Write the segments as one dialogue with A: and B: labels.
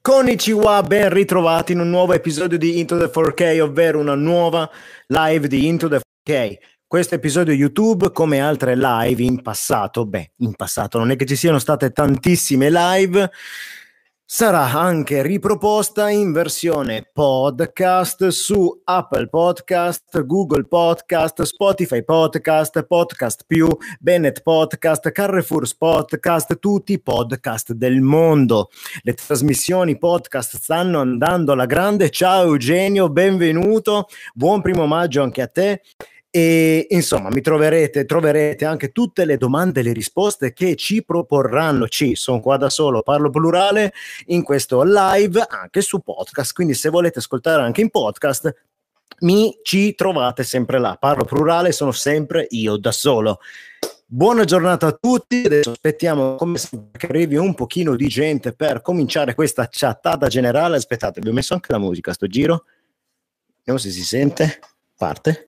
A: Konnichiwa, ben ritrovati in un nuovo episodio di Into the 4K, ovvero una nuova live di Into the 4K. Questo episodio YouTube, come altre live in passato, non è che ci siano state tantissime live, sarà anche riproposta in versione podcast su Apple Podcast, Google Podcast, Spotify Podcast, Podcast Più, Bennett Podcast, Carrefour Podcast, tutti i podcast del mondo. Le trasmissioni podcast stanno andando alla grande. Ciao Eugenio, benvenuto, buon primo maggio anche a te. E insomma troverete anche tutte le domande e le risposte che ci proporranno, sono qua da solo, parlo plurale, in questo live anche su podcast, quindi se volete ascoltare anche in podcast ci trovate sempre là, parlo plurale, sono sempre io da solo. Buona giornata a tutti, adesso aspettiamo come sempre che arrivi un pochino di gente per cominciare questa chattata generale. Aspettate, vi ho messo anche la musica a sto giro, vediamo se si sente, parte.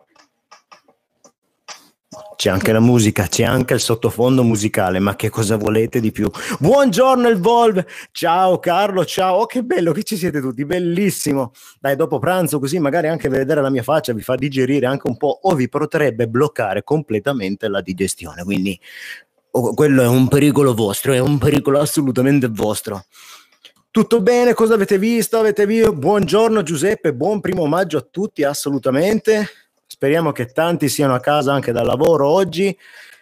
A: C'è anche la musica, c'è anche il sottofondo musicale, ma che cosa volete di più? Buongiorno Evolve, ciao Carlo, ciao, oh, che bello che ci siete tutti, bellissimo. Dai, dopo pranzo così magari anche vedere la mia faccia vi fa digerire anche un po' o vi potrebbe bloccare completamente la digestione, quindi quello è un pericolo vostro, è un pericolo assolutamente vostro. Tutto bene? Cosa avete visto? Buongiorno Giuseppe, buon primo maggio a tutti, assolutamente. Speriamo che tanti siano a casa anche dal lavoro oggi,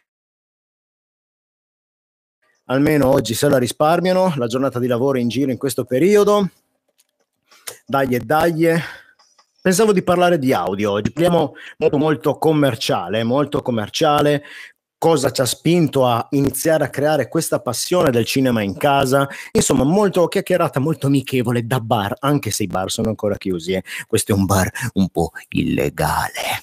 A: almeno oggi se la risparmiano, la giornata di lavoro in giro in questo periodo. Dai. Pensavo di parlare di audio oggi, parliamo molto commerciale. Cosa ci ha spinto a iniziare a creare questa passione del cinema in casa, insomma molto chiacchierata, molto amichevole da bar, anche se i bar sono ancora chiusi, questo è un bar un po' illegale.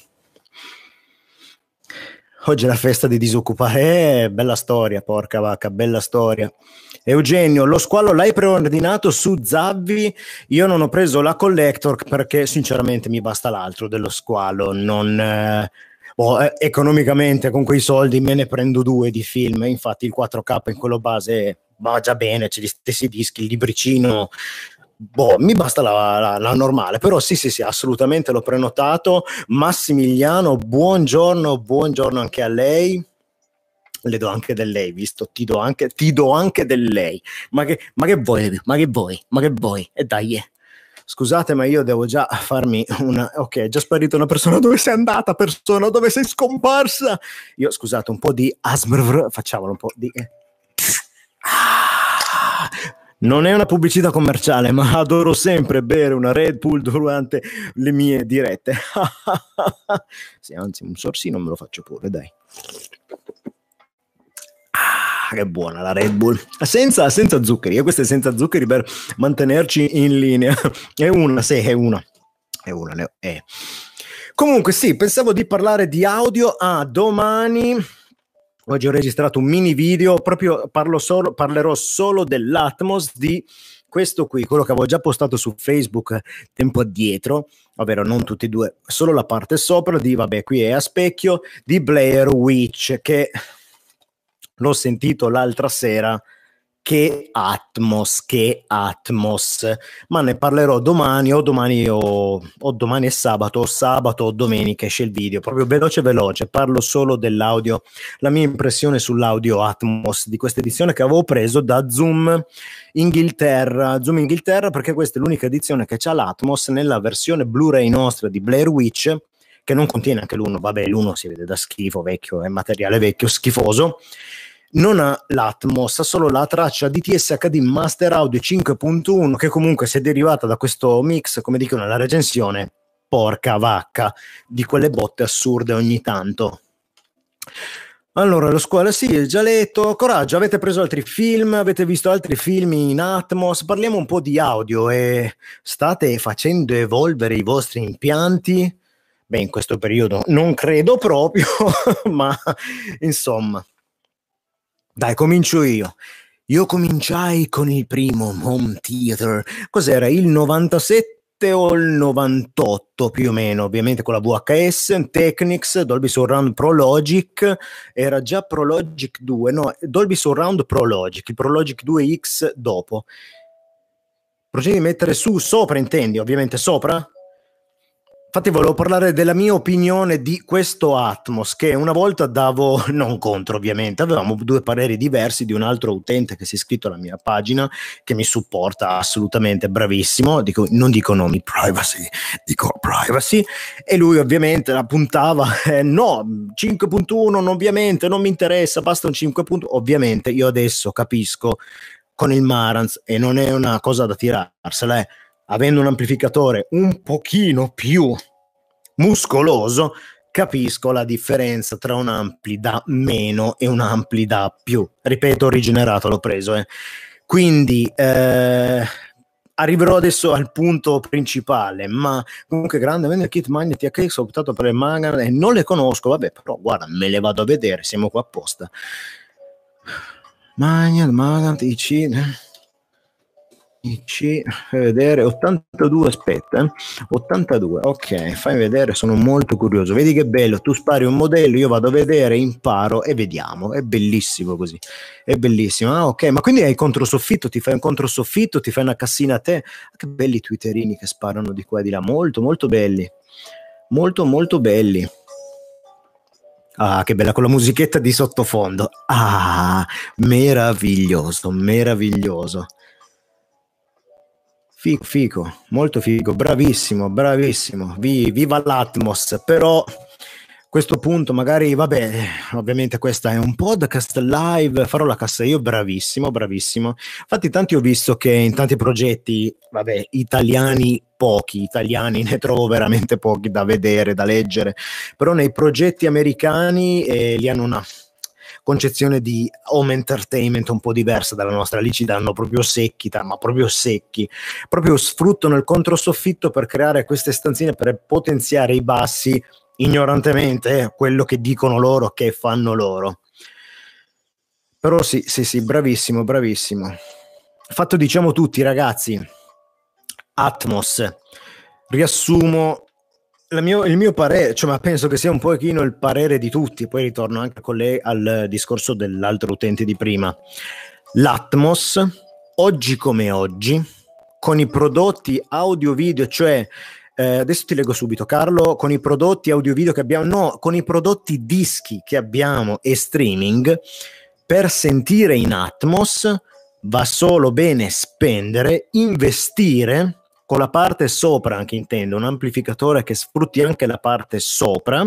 A: Oggi è la festa di disoccupare, bella storia, porca vacca, bella storia. Eugenio, lo squalo l'hai preordinato su Zavvi? Io non ho preso la collector perché sinceramente mi basta l'altro dello squalo, economicamente con quei soldi me ne prendo 2 di film, infatti il 4K in quello base va già bene, c'è gli stessi dischi, il libricino, mi basta la normale, però sì, assolutamente l'ho prenotato. Massimiliano, buongiorno anche a lei. Le do anche del lei, visto? Ti do anche del lei. Ma che vuoi? E dai. Scusate, ma io devo già farmi ok, è già sparita una persona. Dove sei andata, persona? Dove sei scomparsa? Io, scusate, un po' di facciamolo un po' di... Non è una pubblicità commerciale, ma adoro sempre bere una Red Bull durante le mie dirette. Sì, anzi, un sorsino me lo faccio pure, dai. Che buona la Red Bull. Senza zuccheri, questa è senza zuccheri per mantenerci in linea. È una. Comunque sì, pensavo di parlare di audio domani. Oggi ho registrato un mini video, proprio parlerò solo dell'Atmos di questo qui, quello che avevo già postato su Facebook tempo addietro, ovvero non tutti e due, solo la parte sopra di, qui è a specchio, di Blair Witch, che l'ho sentito l'altra sera. Che Atmos, ma ne parlerò domani o domani è sabato o domenica esce il video, proprio veloce, parlo solo dell'audio, la mia impressione sull'audio Atmos di questa edizione che avevo preso da Zoom Inghilterra, perché questa è l'unica edizione che c'ha l'Atmos nella versione Blu-ray nostra di Blair Witch, che non contiene anche l'uno, l'uno si vede da schifo, vecchio, è materiale vecchio, schifoso. Non ha l'Atmos, ha solo la traccia DTS HD Master Audio 5.1 che comunque si è derivata da questo mix, come dicono nella recensione, porca vacca, di quelle botte assurde ogni tanto. Allora, lo squalo sì, è già letto. Coraggio, avete preso altri film? Avete visto altri film in Atmos? Parliamo un po' di audio e state facendo evolvere i vostri impianti? In questo periodo non credo proprio, ma insomma. Dai, comincio io. Io cominciai con il primo home theater. Cos'era? Il 97 o il 98 più o meno, ovviamente con la VHS, Technics, Dolby Surround Pro Logic. Era già Pro Logic 2, no, Dolby Surround Pro Logic, il Pro Logic 2X dopo. procedi a mettere su, sopra intendi, ovviamente sopra? Infatti volevo parlare della mia opinione di questo Atmos, che una volta davo, non contro ovviamente, avevamo due pareri diversi di un altro utente che si è iscritto alla mia pagina, che mi supporta assolutamente, bravissimo, non dico nomi, privacy, dico privacy, e lui ovviamente la puntava, no, 5.1 ovviamente non mi interessa, basta un 5.1, ovviamente io adesso capisco con il Marantz, e non è una cosa da tirarsela, avendo un amplificatore un pochino più muscoloso, capisco la differenza tra un ampli da meno e un ampli da più. Ripeto, rigenerato l'ho preso. Quindi arriverò adesso al punto principale, ma comunque grande vende kit Magnet THX, ho optato per le Magan e non le conosco, vabbè, però guarda, me le vado a vedere, siamo qua apposta. Magnet IC vedere 82, aspetta 82, ok, fai vedere, sono molto curioso, vedi che bello, tu spari un modello, io vado a vedere, imparo e vediamo, è bellissimo così, è bellissimo. Ah, ok, ma quindi hai controsoffitto, ti fai un controsoffitto, ti fai una cassina a te, che belli twitterini che sparano di qua e di là, molto molto belli, molto molto belli. Ah, che bella con la musichetta di sottofondo, ah, meraviglioso, meraviglioso. Fico, molto figo, bravissimo, bravissimo, viva l'Atmos, però questo punto magari, vabbè, ovviamente questa è un podcast live, farò la cassa io, bravissimo, bravissimo, infatti tanti ho visto che in tanti progetti, vabbè, italiani, pochi italiani, ne trovo veramente pochi da vedere, da leggere, però nei progetti americani li hanno una concezione di home entertainment un po' diversa dalla nostra, lì ci danno proprio secchi, ma proprio secchi, proprio sfruttano il controsoffitto per creare queste stanzine per potenziare i bassi ignorantemente, quello che dicono loro, che fanno loro. Però sì, bravissimo, bravissimo. Fatto diciamo tutti ragazzi, Atmos, riassumo il mio parere, cioè, ma penso che sia un pochino il parere di tutti, poi ritorno anche con lei al discorso dell'altro utente di prima. L'Atmos, oggi come oggi, con i prodotti audio-video, cioè adesso ti leggo subito Carlo, con i prodotti audio-video che abbiamo, no, con i prodotti dischi che abbiamo e streaming, per sentire in Atmos va solo bene spendere, investire con la parte sopra, anche intendo, un amplificatore che sfrutti anche la parte sopra,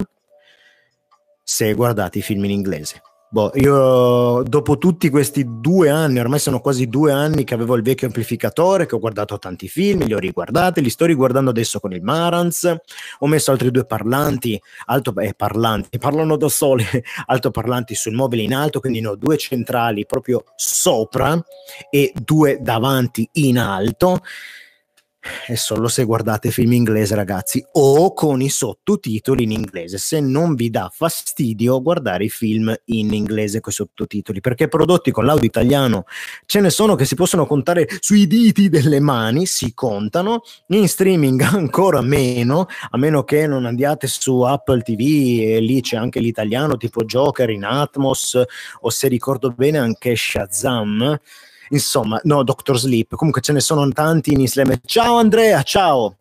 A: se guardate i film in inglese. Boh, io dopo tutti questi 2 anni, ormai sono quasi 2 anni che avevo il vecchio amplificatore, che ho guardato tanti film, li ho riguardati, li sto riguardando adesso con il Marantz, ho messo altri 2 parlanti, parlanti, parlano da soli, altoparlanti sul mobile in alto, quindi ne ho 2 centrali proprio sopra e 2 davanti in alto, e solo se guardate film in inglese ragazzi, o con i sottotitoli in inglese, se non vi dà fastidio guardare i film in inglese con i sottotitoli, perché prodotti con l'audio italiano ce ne sono che si possono contare sui diti delle mani, si contano, in streaming ancora meno, a meno che non andiate su Apple TV e lì c'è anche l'italiano tipo Joker in Atmos, o se ricordo bene anche Shazam. Insomma, no, Doctor Sleep, comunque ce ne sono tanti in Islam. Ciao Andrea, ciao!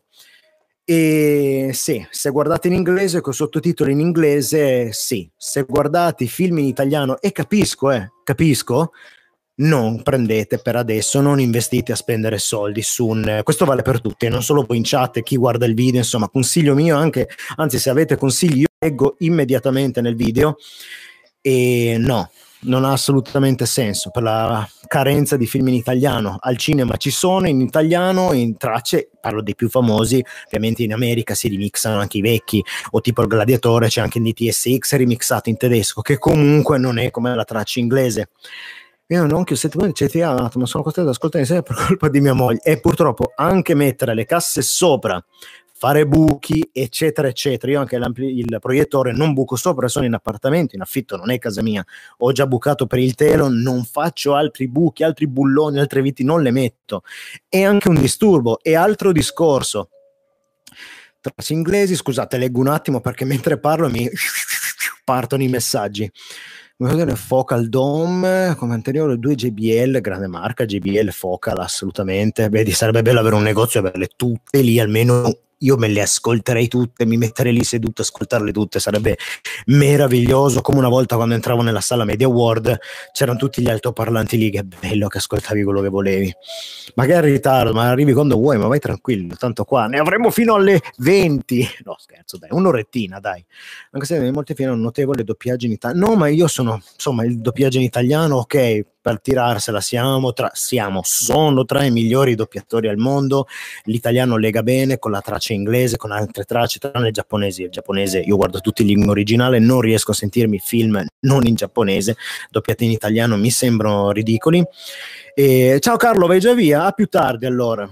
A: E sì, se guardate in inglese con sottotitoli in inglese, sì, se guardate i film in italiano, e capisco, non prendete per adesso, non investite a spendere soldi su un... Questo vale per tutti, non solo voi in chat, chi guarda il video, insomma, consiglio mio anche, anzi se avete consigli io leggo immediatamente nel video, e no, non ha assolutamente senso per la carenza di film in italiano. Al cinema ci sono in italiano, in tracce, parlo dei più famosi, ovviamente in America si remixano anche i vecchi, o tipo il Gladiatore c'è anche in DTSX remixato in tedesco, che comunque non è come la traccia inglese. Io non che ho settimane CTA, ma sono costretto ad ascoltare insieme per colpa di mia moglie, e purtroppo anche mettere le casse sopra, fare buchi eccetera eccetera, io anche il proiettore non buco sopra, sono in appartamento, in affitto, non è casa mia, ho già bucato per il telo, non faccio altri buchi, altri bulloni, altre viti, non le metto, è anche un disturbo, è altro discorso. Tracce inglesi, scusate, leggo un attimo perché mentre parlo mi partono i messaggi. Focal Dome come anteriore, 2 JBL, grande marca, JBL Focal assolutamente. Vedi, sarebbe bello avere un negozio e averle tutte lì, almeno io me le ascolterei tutte, mi metterei lì seduto a ascoltarle tutte, sarebbe meraviglioso, come una volta quando entravo nella sala Media World c'erano tutti gli altoparlanti lì, che bello che ascoltavi quello che volevi. Magari in ritardo, ma arrivi quando vuoi, ma vai tranquillo, tanto qua ne avremo fino alle 20. No scherzo, dai, un'orettina, dai. Anche se in molti film hanno notevole doppiaggio in italiano. No, ma io sono, insomma, il doppiaggio in italiano, ok, per tirarsela sono tra i migliori doppiatori al mondo. L'italiano lega bene con la traccia inglese, con altre tracce, tranne il giapponese. Il giapponese io guardo tutti in lingua originale, non riesco a sentirmi film non in giapponese, doppiati in italiano mi sembrano ridicoli. Ciao Carlo, vai già via? A più tardi allora.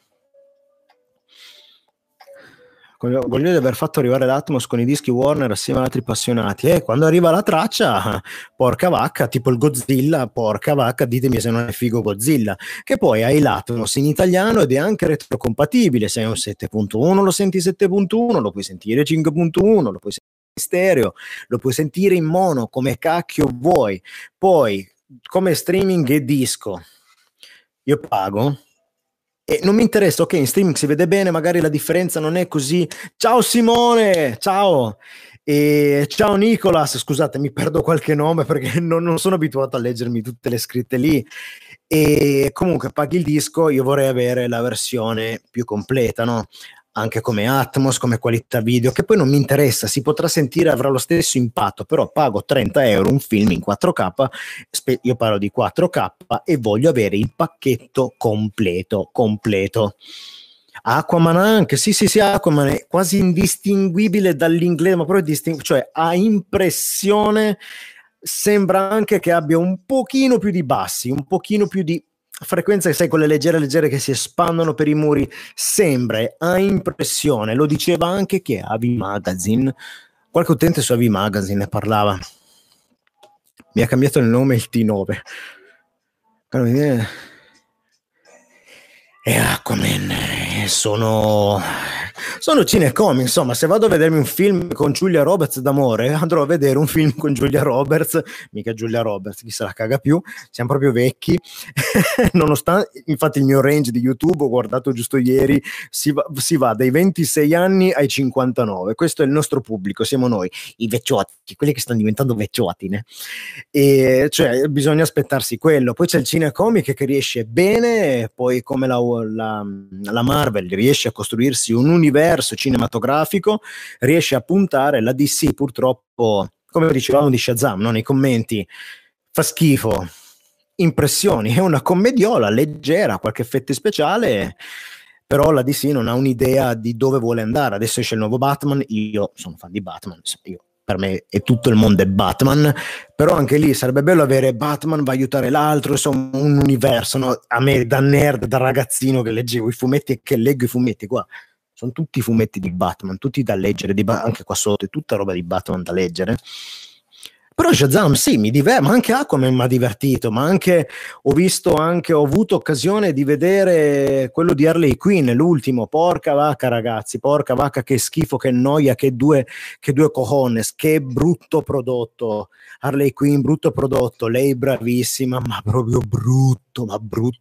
A: Voglio di aver fatto arrivare l'Atmos con i dischi Warner assieme ad altri appassionati, e quando arriva la traccia, porca vacca, tipo il Godzilla, porca vacca, ditemi se non è figo Godzilla, che poi hai l'Atmos in italiano ed è anche retrocompatibile, se hai un 7.1 lo senti 7.1, lo puoi sentire 5.1, lo puoi sentire in stereo, lo puoi sentire in mono come cacchio vuoi. Poi come streaming e disco io pago e non mi interessa, ok, in streaming si vede bene, magari la differenza non è così. Ciao Simone, ciao. E ciao Nicolas, scusate, mi perdo qualche nome perché non sono abituato a leggermi tutte le scritte lì. E comunque paghi il disco, io vorrei avere la versione più completa, no? Anche come Atmos, come qualità video, che poi non mi interessa, si potrà sentire, avrà lo stesso impatto, però pago 30 euro un film in 4K, io parlo di 4K e voglio avere il pacchetto completo. Aquaman anche, sì, Aquaman è quasi indistinguibile dall'inglese, ma proprio cioè ha impressione, sembra anche che abbia un pochino più di bassi, un pochino più di frequenza, che sai, quelle leggere che si espandono per i muri, sembra, ha impressione, lo diceva anche che Avi Magazine, qualche utente su Avi Magazine ne parlava, mi ha cambiato il nome il T9, e Aquaman sono cinecomi, insomma, se vado a vedermi un film con Julia Roberts d'amore, andrò a vedere un film con Julia Roberts, mica Julia Roberts, chi se la caga più, siamo proprio vecchi, nonostante, infatti il mio range di YouTube, ho guardato giusto ieri, si va dai 26 anni ai 59, questo è il nostro pubblico, siamo noi, i vecchiotti, quelli che stanno diventando vecchiotti, né? E cioè bisogna aspettarsi quello, poi c'è il cinecomic che riesce bene, poi come la Marvel riesce a costruirsi un universo cinematografico, riesce a puntare, la DC purtroppo, come dicevamo di Shazam, no? Nei commenti, fa schifo, impressioni, è una commediola leggera, qualche effetto speciale, però la DC non ha un'idea di dove vuole andare. Adesso esce il nuovo Batman, io sono fan di Batman, per me è tutto il mondo è Batman, però anche lì sarebbe bello avere Batman va a aiutare l'altro, insomma un universo, no? A me da nerd, da ragazzino che leggevo i fumetti e che leggo i fumetti qua, sono tutti fumetti di Batman, tutti da leggere, anche qua sotto è tutta roba di Batman da leggere. Però Shazam sì, ma anche Aquaman mi ha divertito, ma anche ho avuto occasione di vedere quello di Harley Quinn, l'ultimo, porca vacca ragazzi, porca vacca che schifo, che noia, che due cojones, che brutto prodotto, Harley Quinn brutto prodotto, lei bravissima, ma proprio brutto, ma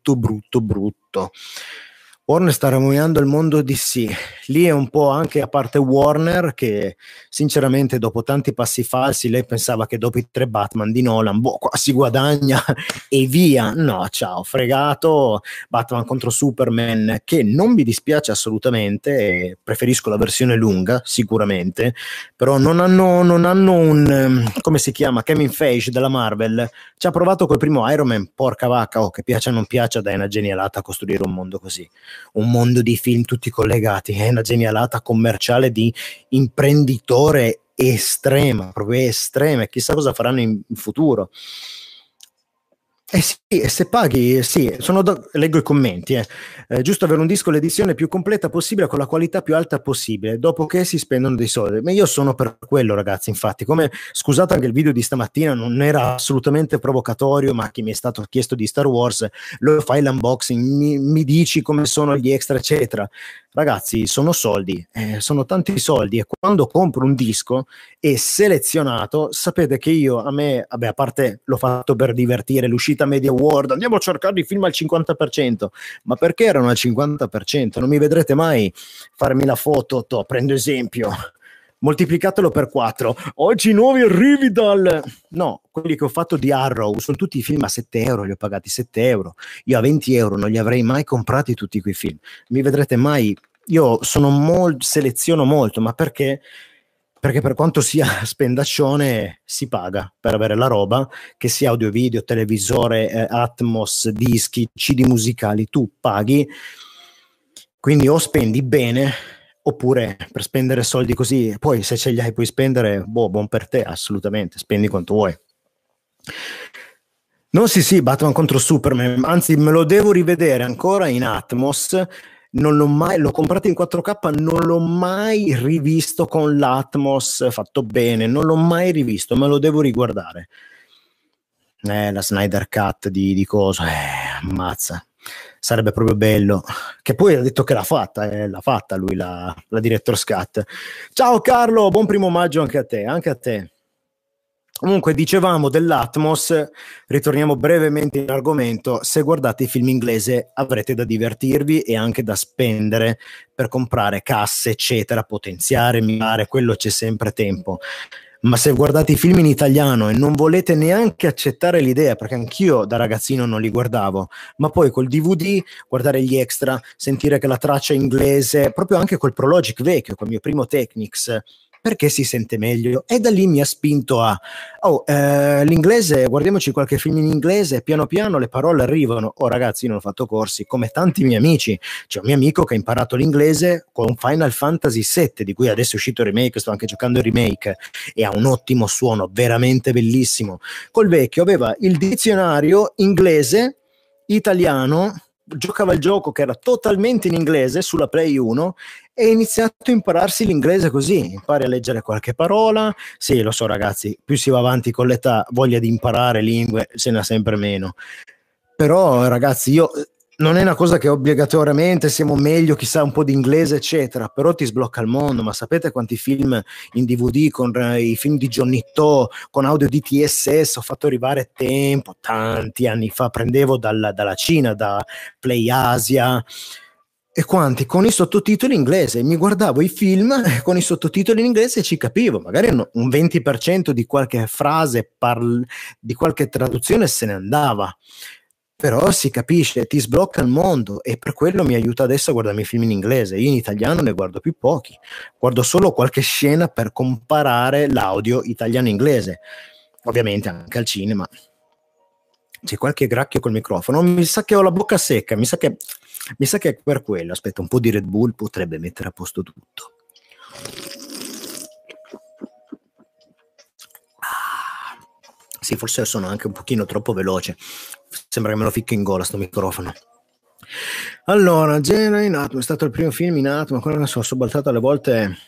A: brutto. Warner sta remuoviando il mondo DC, lì è un po' anche a parte Warner che sinceramente dopo tanti passi falsi lei pensava che dopo i 3 Batman di Nolan qua si guadagna e via, no ciao, fregato. Batman contro Superman, che non mi dispiace assolutamente, preferisco la versione lunga sicuramente, però non hanno un come si chiama, Kevin Feige della Marvel ci ha provato col primo Iron Man, porca vacca, che piaccia o non piaccia, dai, una genialata a costruire un mondo così, un mondo di film tutti collegati, è una genialata commerciale di imprenditore estrema, proprio estrema, chissà cosa faranno in futuro. Sì, e se paghi, sì, leggo i commenti, giusto avere un disco l'edizione più completa possibile con la qualità più alta possibile, dopo che si spendono dei soldi. Ma io sono per quello, ragazzi, infatti, come scusate anche il video di stamattina non era assolutamente provocatorio, ma chi mi è stato chiesto di Star Wars, lo fai l'unboxing, mi dici come sono gli extra, eccetera. ragazzi, sono soldi, sono tanti soldi, e quando compro un disco e selezionato, sapete che a parte l'ho fatto per divertire, l'uscita Media World, andiamo a cercare i film al 50%, ma perché erano al 50%? Non mi vedrete mai farmi la foto, prendo esempio, moltiplicatelo per 4, oggi nuovi arrivi dal... No, quelli che ho fatto di Arrow sono tutti i film a 7 euro, li ho pagati 7 euro, io a 20 euro non li avrei mai comprati tutti quei film, mi vedrete mai, io seleziono molto, ma perché? Perché per quanto sia spendaccione si paga per avere la roba, che sia audio video, televisore, Atmos, dischi, CD musicali, tu paghi, quindi o spendi bene oppure per spendere soldi così, poi se ce li hai puoi spendere, buon per te, assolutamente, spendi quanto vuoi. No, sì, Batman contro Superman, anzi me lo devo rivedere ancora in Atmos, non l'ho mai, l'ho comprato in 4K, non l'ho mai rivisto con l'Atmos fatto bene, non l'ho mai rivisto, me lo devo riguardare. La Snyder Cut di cosa, ammazza, sarebbe proprio bello, che poi ha detto che l'ha fatta lui la Director's Cut. Ciao Carlo, buon primo maggio anche a te. Comunque dicevamo dell'Atmos, ritorniamo brevemente in argomento. Se guardate i film inglese avrete da divertirvi e anche da spendere per comprare casse eccetera, potenziare, mirare, quello c'è sempre tempo. Ma se guardate i film in italiano e non volete neanche accettare l'idea, perché anch'io da ragazzino non li guardavo, ma poi col DVD guardare gli extra, sentire che la traccia è inglese, proprio anche col Prologic vecchio, col mio primo Technics, perché si sente meglio, e da lì mi ha spinto a l'inglese, guardiamoci qualche film in inglese, piano piano le parole arrivano. Ragazzi, io non ho fatto corsi come tanti miei amici, c'è un mio amico che ha imparato l'inglese con Final Fantasy VII, di cui adesso è uscito il remake, sto anche giocando il remake e ha un ottimo suono, veramente bellissimo. Col vecchio aveva il dizionario inglese, italiano, giocava il gioco che era totalmente in inglese sulla Play 1 e ha iniziato a impararsi l'inglese così, impari a leggere qualche parola. Sì, lo so ragazzi, più si va avanti con l'età, voglia di imparare lingue se ne ha sempre meno, però ragazzi, io non è una cosa che obbligatoriamente siamo meglio, chissà, un po' di inglese eccetera, però ti sblocca il mondo. Ma sapete quanti film in DVD con i film di Johnny To con audio DTSS ho fatto arrivare tempo, tanti anni fa, prendevo dalla Cina, da Play Asia, e quanti con i sottotitoli in inglese, mi guardavo i film con i sottotitoli in inglese e ci capivo, magari un 20% di qualche frase, di qualche traduzione se ne andava, però si capisce, ti sblocca il mondo, e per quello mi aiuta adesso a guardarmi i film in inglese. Io in italiano ne guardo più pochi, guardo solo qualche scena per comparare l'audio italiano-inglese, ovviamente anche al cinema. C'è qualche gracchio col microfono, mi sa che ho la bocca secca, mi sa che è per quello. Aspetta, un po' di Red Bull potrebbe mettere a posto tutto. Sì, forse sono anche un pochino troppo veloce, sembra che me lo ficco in gola sto microfono. Allora, Genoa in Atmo è stato il primo film in Atmo, quello che sono sobbalzato alle volte.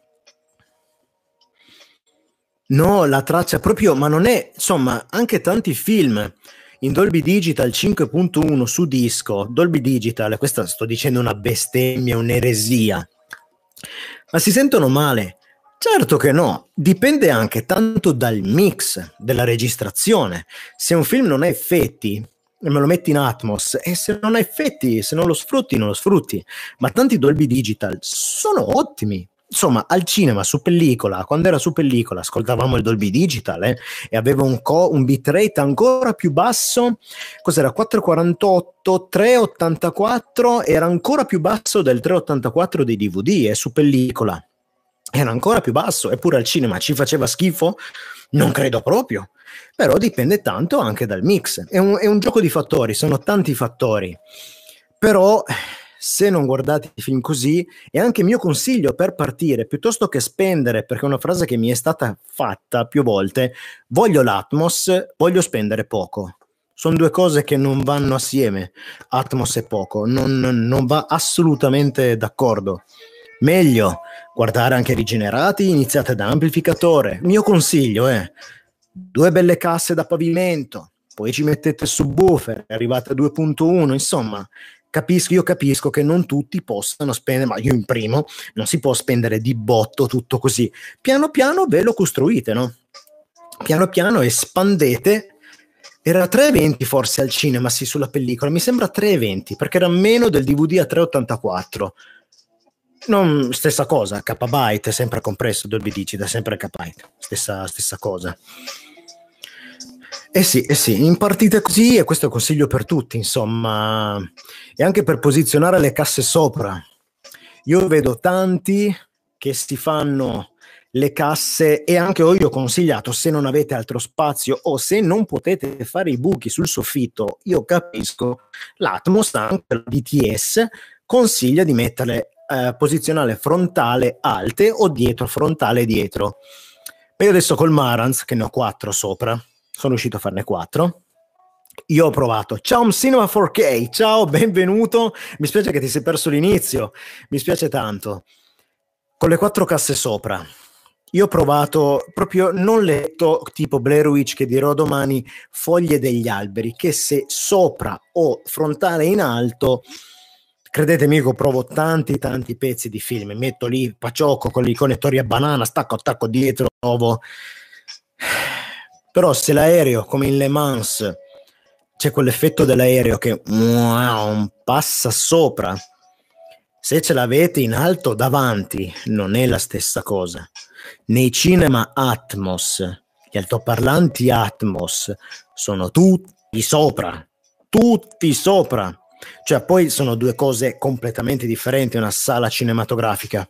A: No, la traccia proprio, ma non è, insomma, anche tanti film in Dolby Digital 5.1 su disco, Dolby Digital, questa sto dicendo una bestemmia, un'eresia, ma si sentono male. Certo che no, dipende anche tanto dal mix della registrazione. Se un film non ha effetti e me lo metti in Atmos, e se non ha effetti, se non lo sfrutti, non lo sfrutti. Ma tanti Dolby Digital sono ottimi. Insomma, al cinema, su pellicola, quando era su pellicola, ascoltavamo il Dolby Digital e aveva un bitrate ancora più basso. Cos'era? 448, 384, era ancora più basso del 384 dei DVD, su pellicola. Era ancora più basso, eppure al cinema ci faceva schifo? Non credo proprio. Però dipende tanto anche dal mix. È un gioco di fattori, sono tanti fattori. Però se non guardate i film così, è anche mio consiglio per partire, piuttosto che spendere, perché è una frase che mi è stata fatta più volte, voglio l'Atmos, voglio spendere poco. Sono due cose che non vanno assieme, Atmos e poco, non va assolutamente d'accordo. Meglio guardare anche rigenerati, iniziate da amplificatore. Mio consiglio è 2 belle casse da pavimento, poi ci mettete subwoofer, arrivate a 2.1, insomma, io capisco che non tutti possano spendere, ma io in primo, non si può spendere di botto tutto così. Piano piano ve lo costruite, no? Piano piano espandete. Era 3,20 forse al cinema, sì, sulla pellicola, mi sembra 3,20 perché era meno del DVD a 3,84. Non, stessa cosa, KB, sempre compresso, Dolby Digital, sempre KB, stessa cosa. Eh sì, in partite così, e questo è un consiglio per tutti, insomma, e anche per posizionare le casse sopra. Io vedo tanti che si fanno le casse, e anche io ho consigliato, se non avete altro spazio o se non potete fare i buchi sul soffitto, io capisco, l'Atmos, anche la DTS, consiglia di metterle, posizionale frontale alte o dietro frontale dietro. Io adesso col Marantz, che ne ho 4 sopra, sono riuscito a farne 4. Io ho provato. Ciao Cinema 4K, ciao, benvenuto. Mi spiace che ti sei perso l'inizio, mi spiace tanto. Con le 4 casse sopra, io ho provato proprio, non letto tipo Blair Witch, che dirò domani, foglie degli alberi, che se sopra o frontale in alto, credetemi che provo tanti pezzi di film, metto lì paciocco con i connettori a banana, stacco, attacco dietro, provo. Però se l'aereo, come in Le Mans, c'è quell'effetto dell'aereo che passa sopra, se ce l'avete in alto davanti non è la stessa cosa. Nei cinema Atmos, gli altoparlanti Atmos sono tutti sopra, cioè poi sono due cose completamente differenti, una sala cinematografica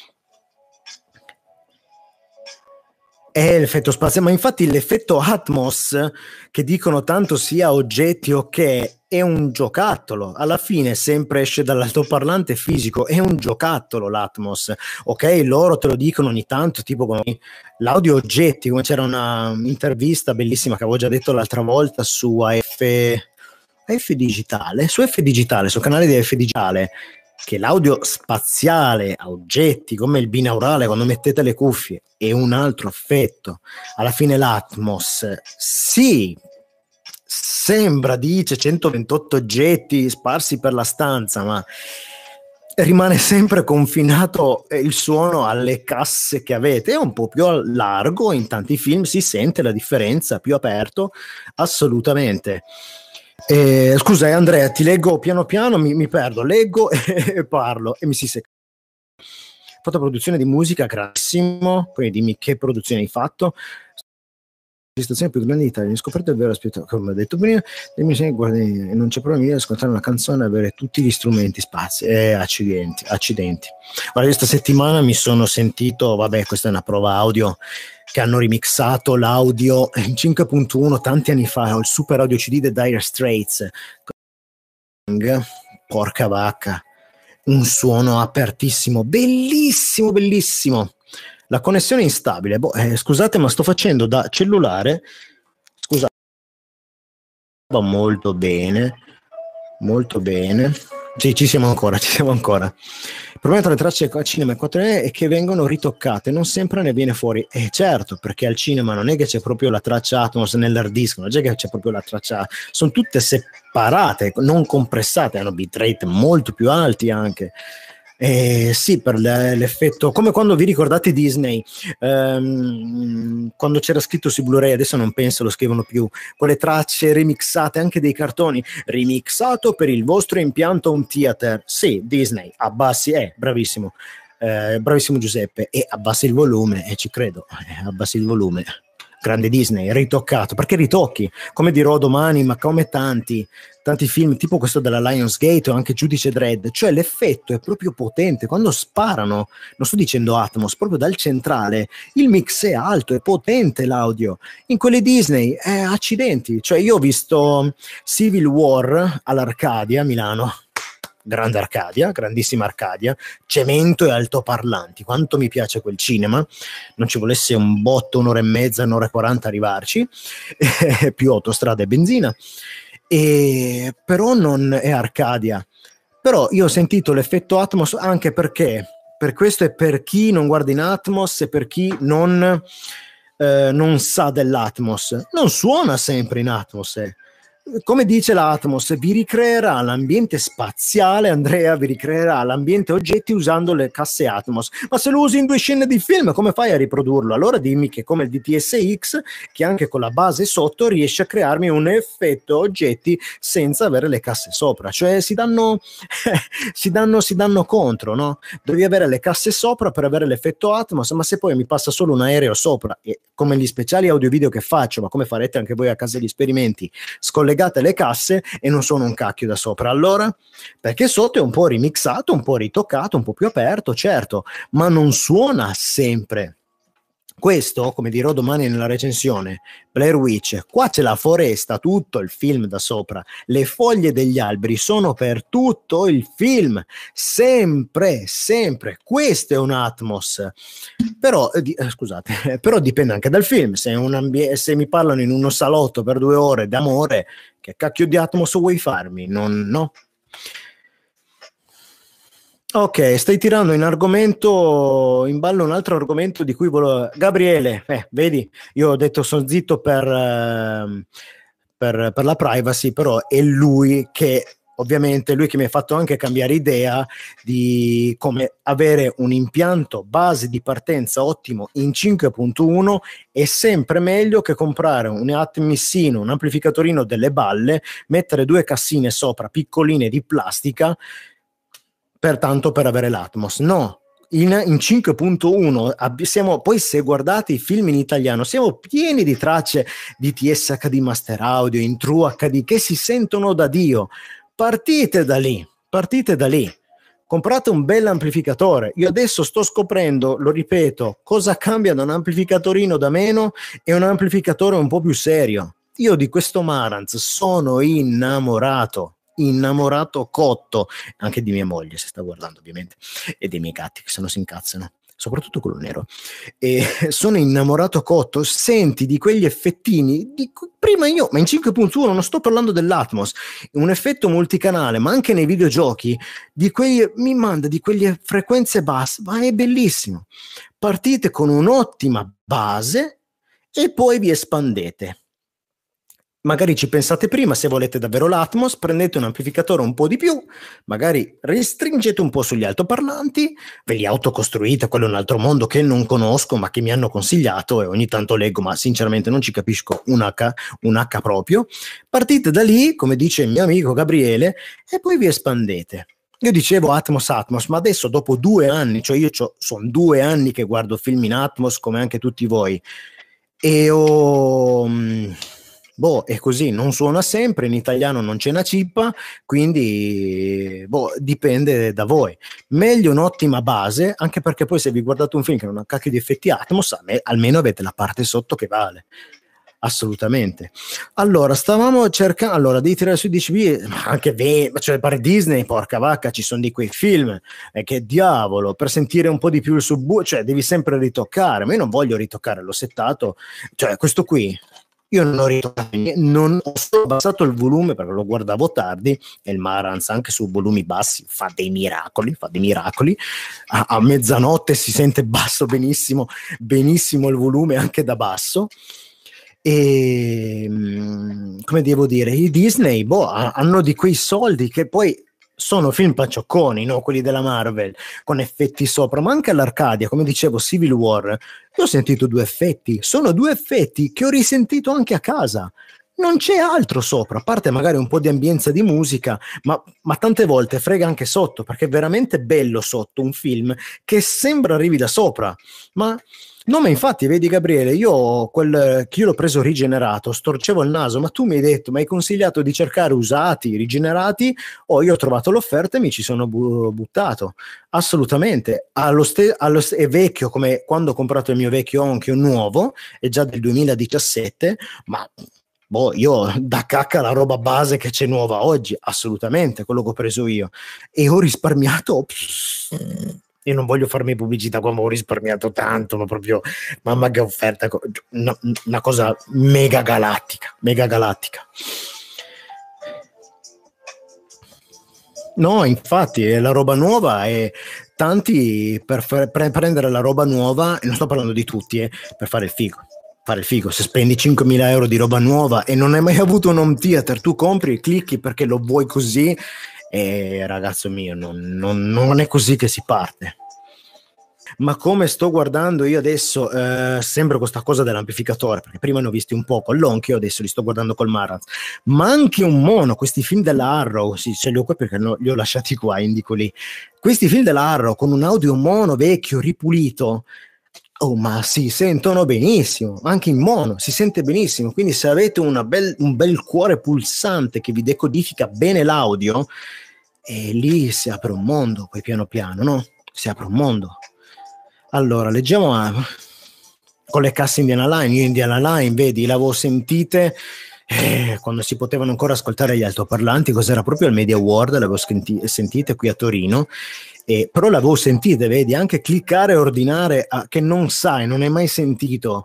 A: è l'effetto spaziale, ma infatti l'effetto Atmos, che dicono tanto sia oggetti o che è un giocattolo, alla fine sempre esce dall'altoparlante fisico, è un giocattolo l'Atmos, ok? Loro te lo dicono ogni tanto, tipo con l'audio oggetti, come c'era una intervista bellissima che avevo già detto l'altra volta su F Digitale, sul canale di F Digitale, che l'audio spaziale a oggetti come il binaurale quando mettete le cuffie è un altro effetto. Alla fine l'Atmos sì, sembra, dice 128 oggetti sparsi per la stanza, ma rimane sempre confinato il suono alle casse che avete. È un po' più largo, in tanti film si sente la differenza, più aperto, assolutamente. Scusa Andrea, ti leggo piano piano, mi perdo, leggo e parlo e mi si secca. Ho fatto produzione di musica, grandissimo, poi dimmi che produzione hai fatto. Registrazione più grande d'Italia, mi ho scoperto il vero aspetto, come ho detto prima, guardi, non c'è problema di ascoltare una canzone e avere tutti gli strumenti spazi, accidenti. Guarda, questa settimana mi sono sentito, vabbè, questa è una prova audio, che hanno remixato l'audio in 5.1 tanti anni fa, il super audio CD dei Dire Straits, porca vacca, un suono apertissimo, bellissimo. La connessione è instabile. Scusate, ma sto facendo da cellulare. Scusate. Va molto bene. Sì, ci siamo ancora. Il problema tra le tracce al cinema e 4D è che vengono ritoccate, non sempre ne viene fuori. Certo, perché al cinema non è che c'è proprio la traccia Atmos nell'hard disk, non è che c'è proprio la traccia, sono tutte separate, non compressate, hanno bitrate molto più alti anche. Sì, per l'effetto, come quando vi ricordate Disney, quando c'era scritto su Blu-ray, adesso non penso lo scrivono più, quelle tracce remixate, anche dei cartoni, remixato per il vostro impianto home theater. Sì, Disney, abbassi, bravissimo, bravissimo Giuseppe, e abbassi il volume, ci credo, abbassi il volume. Grande Disney, ritoccato, perché ritocchi, come dirò domani, ma come tanti film, tipo questo della Lionsgate o anche Giudice Dredd, cioè l'effetto è proprio potente, quando sparano, non sto dicendo Atmos, proprio dal centrale, il mix è alto, è potente l'audio. In quelle Disney, accidenti, cioè io ho visto Civil War all'Arcadia, Milano, grande Arcadia, grandissima Arcadia, cemento e altoparlanti, quanto mi piace quel cinema, non ci volesse un botto, un'ora e mezza, un'ora e 40 arrivarci, più autostrada e benzina, però non è Arcadia, però io ho sentito l'effetto Atmos anche perché, per questo è per chi non guarda in Atmos e per chi non sa dell'Atmos, non suona sempre in Atmos, come dice la Atmos, vi ricreerà l'ambiente spaziale, Andrea, vi ricreerà l'ambiente oggetti usando le casse Atmos. Ma se lo usi in 2 scene di film, come fai a riprodurlo? Allora dimmi che come il DTS:X, che anche con la base sotto riesce a crearmi un effetto oggetti senza avere le casse sopra. Cioè si danno contro, no? Devi avere le casse sopra per avere l'effetto Atmos, ma se poi mi passa solo un aereo sopra, e come gli speciali audio video che faccio, ma come farete anche voi a casa gli esperimenti, scollegate le casse e non sono un cacchio da sopra. Allora, perché sotto è un po' remixato, un po' ritoccato, un po' più aperto, certo, ma non suona sempre. Questo, come dirò domani nella recensione, Blair Witch, qua c'è la foresta, tutto il film da sopra, le foglie degli alberi sono per tutto il film, sempre, questo è un Atmos. Però, scusate, però dipende anche dal film, se mi parlano in uno salotto per 2 ore d'amore, che cacchio di Atmos vuoi farmi? No. Ok, stai tirando in ballo un altro argomento di cui volevo... Gabriele, vedi, io ho detto sono zitto per la privacy, però è lui che mi ha fatto anche cambiare idea di come avere un impianto base di partenza ottimo in 5.1 è sempre meglio che comprare un atmissino, un amplificatorino delle balle, mettere 2 cassine sopra piccoline di plastica pertanto per avere l'Atmos. No, in 5.1 poi se guardate i film in italiano siamo pieni di tracce di TSHD Master Audio in True HD che si sentono da Dio. Partite da lì, comprate un bel amplificatore. Io adesso sto scoprendo, lo ripeto, cosa cambia da un amplificatorino da meno e un amplificatore un po' più serio. Io di questo Marantz sono innamorato cotto, anche di mia moglie se sta guardando ovviamente, e dei miei gatti che se no si incazzano, soprattutto quello nero, e sono innamorato cotto. Senti di quegli effettini prima io, ma in 5.1 non sto parlando dell'Atmos, un effetto multicanale, ma anche nei videogiochi mi manda di quelle frequenze basse, ma è bellissimo. Partite con un'ottima base e poi vi espandete. Magari ci pensate prima, se volete davvero l'Atmos, prendete un amplificatore un po' di più, magari restringete un po' sugli altoparlanti, ve li autocostruite, quello è un altro mondo che non conosco ma che mi hanno consigliato e ogni tanto leggo, ma sinceramente non ci capisco un H proprio. Partite da lì, come dice il mio amico Gabriele, e poi vi espandete. Io dicevo Atmos, ma adesso dopo 2 anni, cioè sono 2 anni che guardo film in Atmos come anche tutti voi, e è così, non suona sempre, in italiano non c'è una cippa, quindi dipende da voi. Meglio un'ottima base, anche perché poi se vi guardate un film che non ha cacchio di effetti Atmos, almeno avete la parte sotto che vale. Assolutamente. Allora, stavamo cercando, devi tirare su 10B, ma anche cioè per Disney, porca vacca, ci sono di quei film, che diavolo, per sentire un po' di più il cioè devi sempre ritoccare, ma io non voglio ritoccare, l'ho settato, cioè questo qui, io non ho ritoccato niente, non ho solo abbassato il volume perché lo guardavo tardi e il Marantz anche su volumi bassi fa dei miracoli, a mezzanotte si sente basso benissimo il volume anche da basso. E come devo dire, i Disney hanno di quei soldi che poi sono film paciocconi, no? Quelli della Marvel con effetti sopra, ma anche all'Arcadia, come dicevo Civil War, io ho sentito 2 effetti, sono 2 effetti che ho risentito anche a casa, non c'è altro sopra, a parte magari un po' di ambienza di musica, ma tante volte frega anche sotto, perché è veramente bello sotto un film che sembra arrivi da sopra, ma infatti, vedi Gabriele, io l'ho preso rigenerato, storcevo il naso, ma tu mi hai consigliato di cercare usati, rigenerati, io ho trovato l'offerta e mi ci sono buttato, assolutamente, è vecchio come quando ho comprato il mio vecchio Onkyo nuovo, è già del 2017, ma io da cacca la roba base che c'è nuova oggi, assolutamente, quello che ho preso io, e ho risparmiato... Io non voglio farmi pubblicità come ho risparmiato tanto, ma proprio mamma che offerta, una cosa mega galattica. No, infatti è la roba nuova e tanti per prendere la roba nuova, e non sto parlando di tutti, per fare il figo. fare il figo. Se spendi 5.000 euro di roba nuova e non hai mai avuto un home theater, tu compri, clicchi perché lo vuoi così, e ragazzo mio, non è così che si parte. Ma come sto guardando io adesso sempre questa cosa dell'amplificatore, perché prima ne ho visti un po' con l'Onkyo, adesso li sto guardando col Marantz, ma anche un mono, questi film della Arrow, sì, ce li ho qua perché li ho lasciati qua, indico lì, questi film della Arrow con un audio mono vecchio, ripulito, oh ma si sentono benissimo, anche in mono si sente benissimo, quindi se avete un bel cuore pulsante che vi decodifica bene l'audio, e lì si apre un mondo, poi piano piano, no? Si apre un mondo. Allora, leggiamo con le casse Indiana Line. Io Indiana Line, vedi, l'avevo sentite quando si potevano ancora ascoltare gli altoparlanti, cos'era proprio il Media World, l'avevo sentite qui a Torino, però l'avevo sentite, vedi, anche cliccare e ordinare che non sai, non hai mai sentito.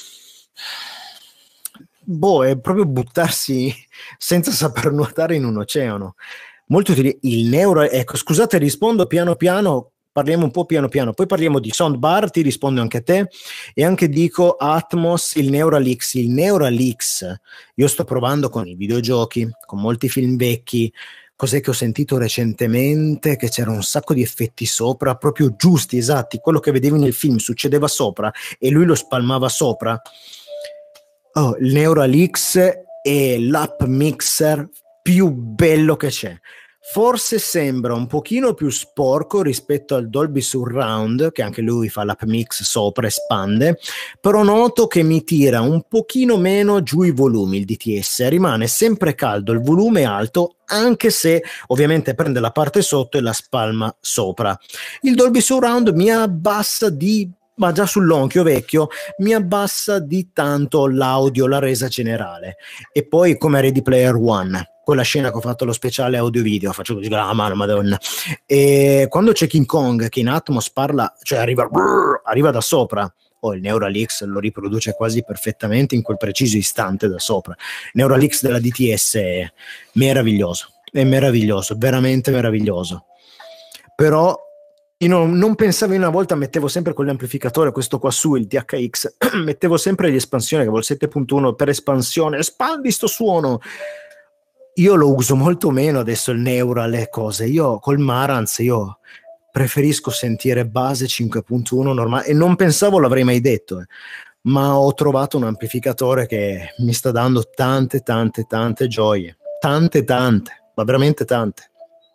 A: Boh, è proprio buttarsi senza saper nuotare in un oceano. Molto utile. Il neuro, ecco, scusate, rispondo piano piano. Parliamo un po' piano piano, poi parliamo di soundbar, ti rispondo anche a te, e anche dico Atmos, il Neuralix. Il Neuralix, io sto provando con i videogiochi, con molti film vecchi. Cos'è che ho sentito recentemente? Che c'era un sacco di effetti sopra, proprio giusti, esatti, quello che vedevi nel film succedeva sopra e lui lo spalmava sopra. Oh, il Neuralix è l'app mixer più bello che c'è. Forse sembra un pochino più sporco rispetto al Dolby Surround, che anche lui fa l'app mix sopra, espande, però noto che mi tira un pochino meno giù i volumi il DTS, rimane sempre caldo, il volume è alto, anche se ovviamente prende la parte sotto e la spalma sopra. Il Dolby Surround mi abbassa ma già sull'Onkyo vecchio mi abbassa di tanto l'audio, la resa generale. E poi come Ready Player One, quella scena che ho fatto lo speciale audio video, faccio così con la mano, madonna, e quando c'è King Kong che in Atmos parla, cioè arriva da sopra, il Neuralix lo riproduce quasi perfettamente in quel preciso istante da sopra. Neuralix della DTS è meraviglioso, veramente meraviglioso. Però io non pensavo, una volta mettevo sempre con l'amplificatore, questo qua su, il THX, mettevo sempre l'espansione, che avevo il 7.1 per espansione, espandi sto suono. Io lo uso molto meno adesso il Neural e cose, io col Marantz io preferisco sentire base 5.1 normale, e non pensavo l'avrei mai detto, ma ho trovato un amplificatore che mi sta dando tante gioie, tante, ma veramente tante.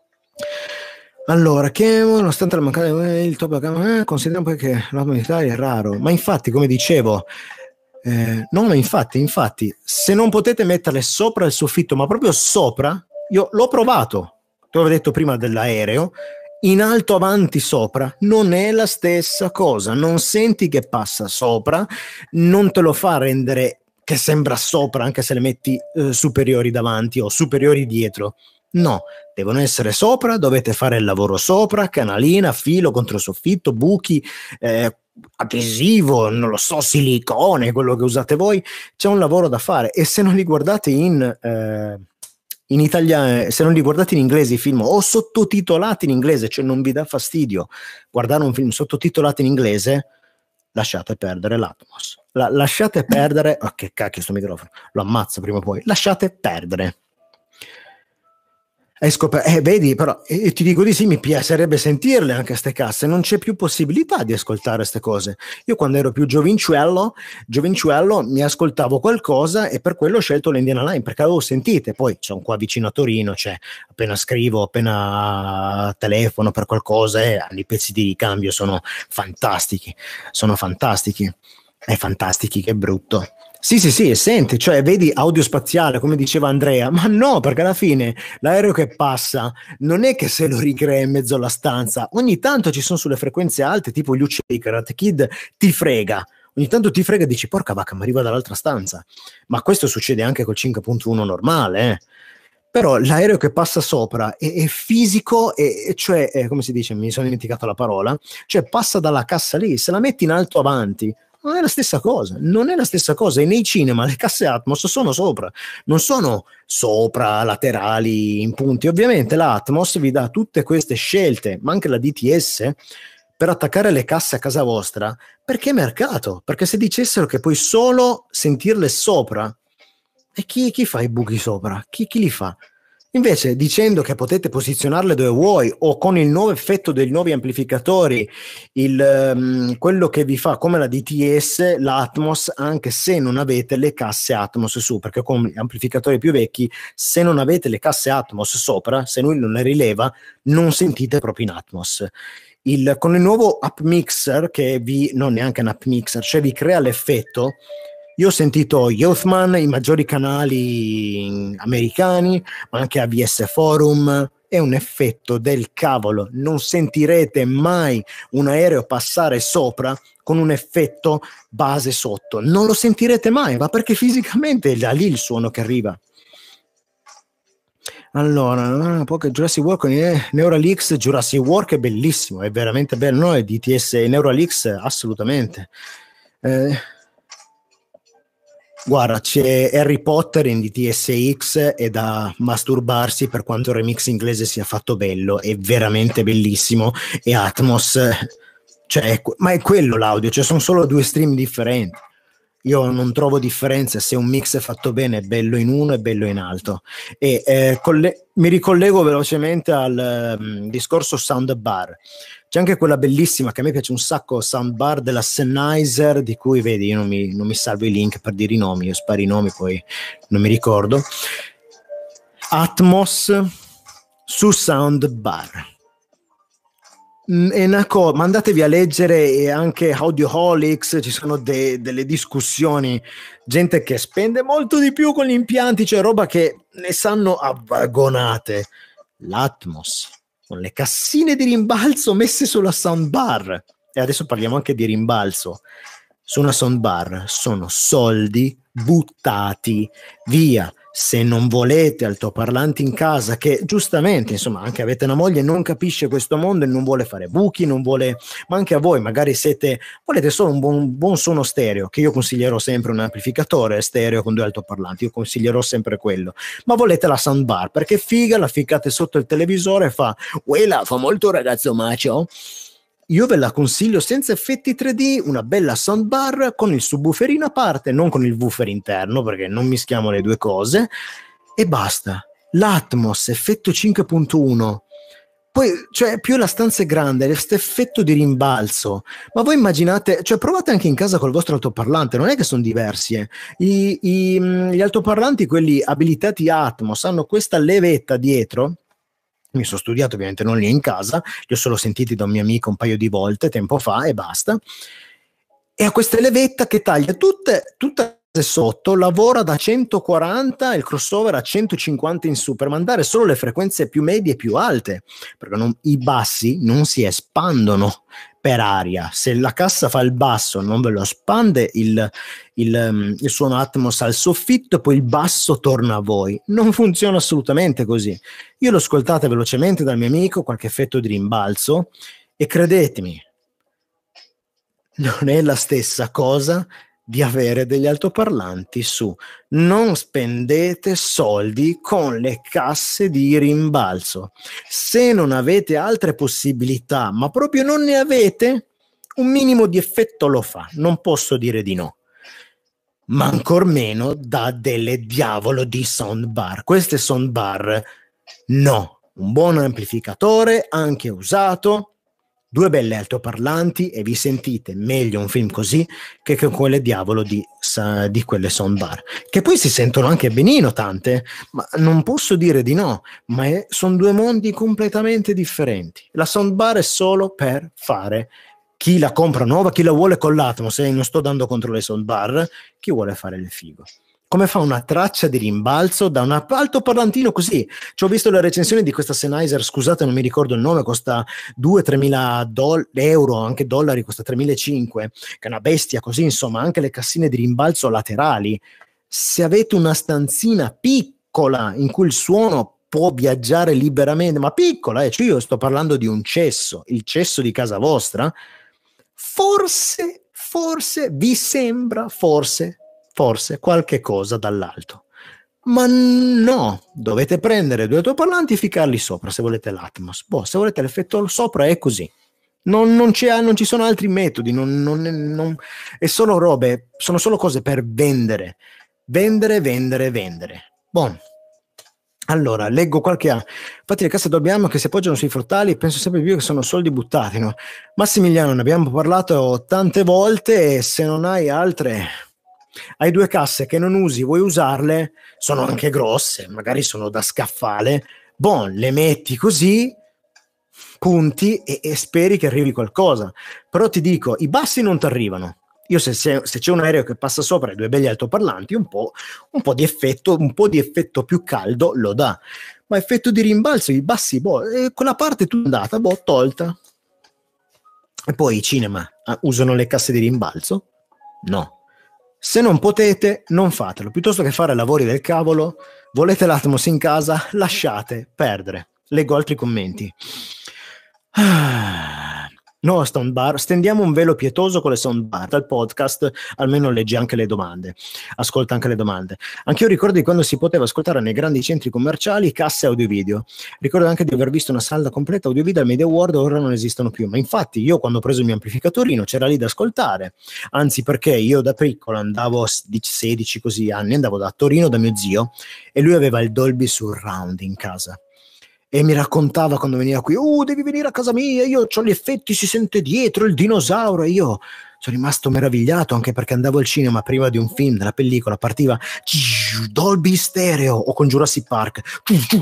A: Allora, che nonostante la mancata il top consideriamo poi che la monetaria è raro, ma infatti, come dicevo, no, ma infatti, se non potete metterle sopra il soffitto, ma proprio sopra, io l'ho provato, te l'avevo detto prima dell'aereo, in alto avanti sopra, non è la stessa cosa, non senti che passa sopra, non te lo fa rendere che sembra sopra, anche se le metti superiori davanti o superiori dietro. No, devono essere sopra, dovete fare il lavoro sopra, canalina, filo contro soffitto, buchi, adesivo, non lo so, silicone, quello che usate voi, c'è un lavoro da fare. E se non li guardate in italiano, se non li guardate in inglese i film, o sottotitolati in inglese, cioè non vi dà fastidio guardare un film sottotitolato in inglese, lasciate perdere l'Atmos. Lasciate perdere, che cacchio sto microfono, lo ammazzo prima o poi, lasciate perdere. Vedi, però ti dico di sì, mi piacerebbe sentirle anche ste casse, non c'è più possibilità di ascoltare queste cose. Io quando ero più giovincello mi ascoltavo qualcosa e per quello ho scelto l'Indiana Line, perché avevo sentite. Poi sono qua vicino a Torino, cioè appena scrivo, appena telefono per qualcosa, i pezzi di ricambio sono fantastici, fantastichi, che brutto. Sì, senti, cioè vedi audio spaziale, come diceva Andrea, ma no, perché alla fine l'aereo che passa non è che se lo ricrea in mezzo alla stanza, ogni tanto ci sono sulle frequenze alte, tipo gli uccelli Karate Kid, ti frega, ogni tanto ti frega e dici porca vacca, ma arriva dall'altra stanza, ma questo succede anche col 5.1 normale, Però l'aereo che passa sopra è fisico, e cioè, come si dice, mi sono dimenticato la parola, cioè passa dalla cassa lì, se la metti in alto avanti, non è la stessa cosa, e nei cinema le casse Atmos sono sopra, non sono sopra, laterali, in punti. Ovviamente l'Atmos vi dà tutte queste scelte, ma anche la DTS, per attaccare le casse a casa vostra, perché mercato? Perché se dicessero che puoi solo sentirle sopra, e chi fa i buchi sopra? Chi li fa? Invece, dicendo che potete posizionarle dove vuoi o con il nuovo effetto dei nuovi amplificatori, quello che vi fa come la DTS, l'Atmos, anche se non avete le casse Atmos su, perché con gli amplificatori più vecchi, se non avete le casse Atmos sopra, se lui non le rileva, non sentite proprio in Atmos. Con il nuovo Up Mixer, non neanche un Up Mixer, cioè vi crea l'effetto. Io ho sentito Youthman, i maggiori canali americani, ma anche AVS Forum, è un effetto del cavolo, non sentirete mai un aereo passare sopra con un effetto base sotto, non lo sentirete mai, ma perché fisicamente è da lì il suono che arriva. Allora, poi Jurassic World con Neuralix, Jurassic World è bellissimo, è veramente bello, no? E DTS Neuralix assolutamente. Guarda, c'è Harry Potter in DTSX, è da masturbarsi per quanto il remix inglese sia fatto bello, è veramente bellissimo, e Atmos, cioè, ma è quello l'audio, cioè sono solo due stream differenti. Io non trovo differenze, se un mix è fatto bene è bello in uno e bello in alto. E mi ricollego velocemente al discorso soundbar. C'è anche quella bellissima che a me piace un sacco, soundbar della Sennheiser, di cui vedi, io non mi salvo i link per dire i nomi, io sparo i nomi poi non mi ricordo. Atmos su soundbar. È una cosa, ma andatevi a leggere, e anche Audioholics, ci sono delle discussioni, gente che spende molto di più con gli impianti, cioè roba che ne sanno a vagonate. L'Atmos con le cassine di rimbalzo messe sulla soundbar, e adesso parliamo anche di rimbalzo su una soundbar, sono soldi buttati via. Se non volete altoparlanti in casa, che giustamente, insomma, anche avete una moglie, non capisce questo mondo e non vuole fare buchi, non vuole, ma anche a voi magari volete solo un buon suono stereo, che io consiglierò sempre un amplificatore stereo con due altoparlanti, io consiglierò sempre quello, ma volete la soundbar, perché figa, la ficcate sotto il televisore e fa molto ragazzo macio. Io ve la consiglio senza effetti 3D, una bella soundbar con il subwooferino a parte, non con il woofer interno, perché non mischiamo le due cose, e basta. L'Atmos, effetto 5.1. Poi, cioè, più la stanza è grande, questo effetto di rimbalzo. Ma voi immaginate, cioè, provate anche in casa col vostro altoparlante, non è che sono diversi, eh. Gli altoparlanti, quelli abilitati Atmos, hanno questa levetta dietro. Mi sono studiato, ovviamente non li ho in casa, li ho solo sentiti da un mio amico un paio di volte tempo fa e basta. E ha questa levetta che taglia tutte sotto, lavora da 140 e il crossover a 150 in su per mandare solo le frequenze più medie e più alte, perché i bassi non si espandono per aria. Se la cassa fa il basso, non ve lo espande il suono Atmos al soffitto, poi il basso torna a voi. Non funziona assolutamente così. Io l'ho ascoltata velocemente dal mio amico, qualche effetto di rimbalzo, e credetemi, non è la stessa cosa di avere degli altoparlanti su. Non spendete soldi con le casse di rimbalzo. Se non avete altre possibilità, ma proprio non ne avete, un minimo di effetto lo fa, non posso dire di no. Ma ancor meno da delle diavolo di soundbar. Queste soundbar, no. Un buon amplificatore, anche usato, due belle altoparlanti e vi sentite meglio un film così che con quelle diavolo di quelle soundbar, che poi si sentono anche benino tante, ma non posso dire di no, ma sono due mondi completamente differenti. La soundbar è solo per fare, chi la compra nuova, chi la vuole con l'Atmos, non sto dando contro le soundbar, chi vuole fare il figo. Come fa una traccia di rimbalzo da un altoparlantino così? Ci ho visto le recensioni di questa Sennheiser, scusate non mi ricordo il nome, costa 2-3 mila euro, anche dollari, costa 3.500, che è una bestia così, insomma, anche le cassine di rimbalzo laterali. Se avete una stanzina piccola in cui il suono può viaggiare liberamente, ma piccola, cioè io sto parlando di un cesso, il cesso di casa vostra, forse vi sembra, forse qualche cosa dall'alto, ma no, dovete prendere due altoparlanti e ficarli sopra se volete l'Atmos. Se volete l'effetto sopra è così, Non ci sono altri metodi, è solo robe, sono solo cose per vendere. Vendere. Buon. Allora, leggo infatti le casse dobbiamo che si appoggiano sui frottali, penso sempre più che sono soldi buttati, no? Massimiliano, ne abbiamo parlato tante volte e se non hai altre, hai due casse che non usi, vuoi usarle, sono anche grosse, magari sono da scaffale, le metti così, punti e speri che arrivi qualcosa. Però ti dico, i bassi non ti arrivano. Io se c'è un aereo che passa sopra e due belli altoparlanti, un po' di effetto più caldo lo dà. Ma effetto di rimbalzo, i bassi, quella parte tu è andata, tolta. E poi i cinema usano le casse di rimbalzo? No. Se non potete, non fatelo. Piuttosto che fare lavori del cavolo, volete l'Atmos in casa, lasciate perdere. Leggo altri commenti. No, soundbar, stendiamo un velo pietoso con le soundbar dal podcast, almeno leggi anche le domande, ascolta anche le domande. Anch'io ricordo di quando si poteva ascoltare nei grandi centri commerciali casse audio-video. Ricordo anche di aver visto una salda completa audio-video al Media World, ora non esistono più. Ma infatti io quando ho preso il mio amplificatorino c'era lì da ascoltare, anzi perché io da piccolo andavo 16 così anni, andavo da Torino da mio zio e lui aveva il Dolby Surround in casa. E mi raccontava quando veniva qui, devi venire a casa mia, io ho gli effetti, si sente dietro il dinosauro, e io sono rimasto meravigliato, anche perché andavo al cinema prima di un film, della pellicola, partiva Dolby Stereo, o con Jurassic Park,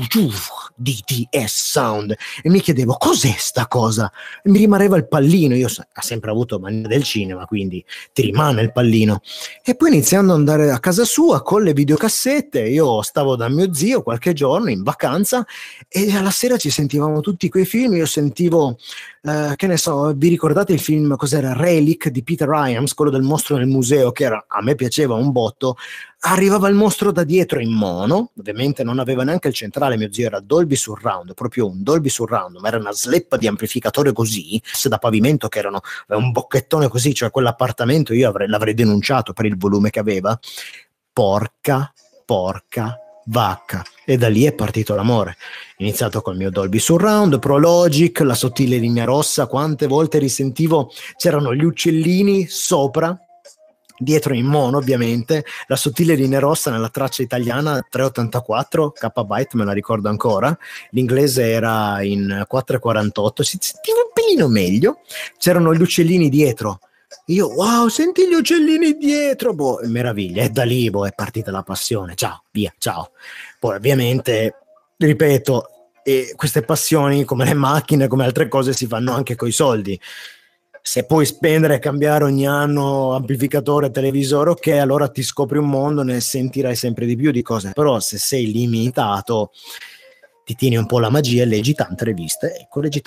A: DTS Sound, e mi chiedevo, cos'è sta cosa? E mi rimaneva il pallino, io ho sempre avuto mania del cinema, quindi ti rimane il pallino. E poi iniziando ad andare a casa sua con le videocassette, io stavo da mio zio qualche giorno in vacanza, e alla sera ci sentivamo tutti quei film, io sentivo, che ne so, vi ricordate il film, cos'era, Relic di Peter Hyams, quello del mostro nel museo, che a me piaceva un botto, arrivava il mostro da dietro in mono, ovviamente non aveva neanche il centrale, mio zio era Dolby Surround, proprio un Dolby Surround, ma era una sleppa di amplificatore così, da pavimento che erano un bocchettone così, cioè quell'appartamento io l'avrei denunciato per il volume che aveva, porca vacca, e da lì è partito l'amore. Iniziato col mio Dolby Surround, Pro Logic, la sottile linea rossa, quante volte risentivo, c'erano gli uccellini sopra, dietro in mono ovviamente, la sottile linea rossa nella traccia italiana 384 KB, me la ricordo ancora, l'inglese era in 448, si sentiva un pelino meglio, c'erano gli uccellini dietro. Io, wow, senti gli uccellini dietro, meraviglia, e da lì è partita la passione, ciao, via, ciao. Poi ovviamente, ripeto, queste passioni come le macchine, come altre cose si fanno anche coi soldi. Se puoi spendere e cambiare ogni anno amplificatore, televisore, ok, allora ti scopri un mondo, ne sentirai sempre di più di cose, però se sei limitato ti tieni un po' la magia e leggi tante riviste.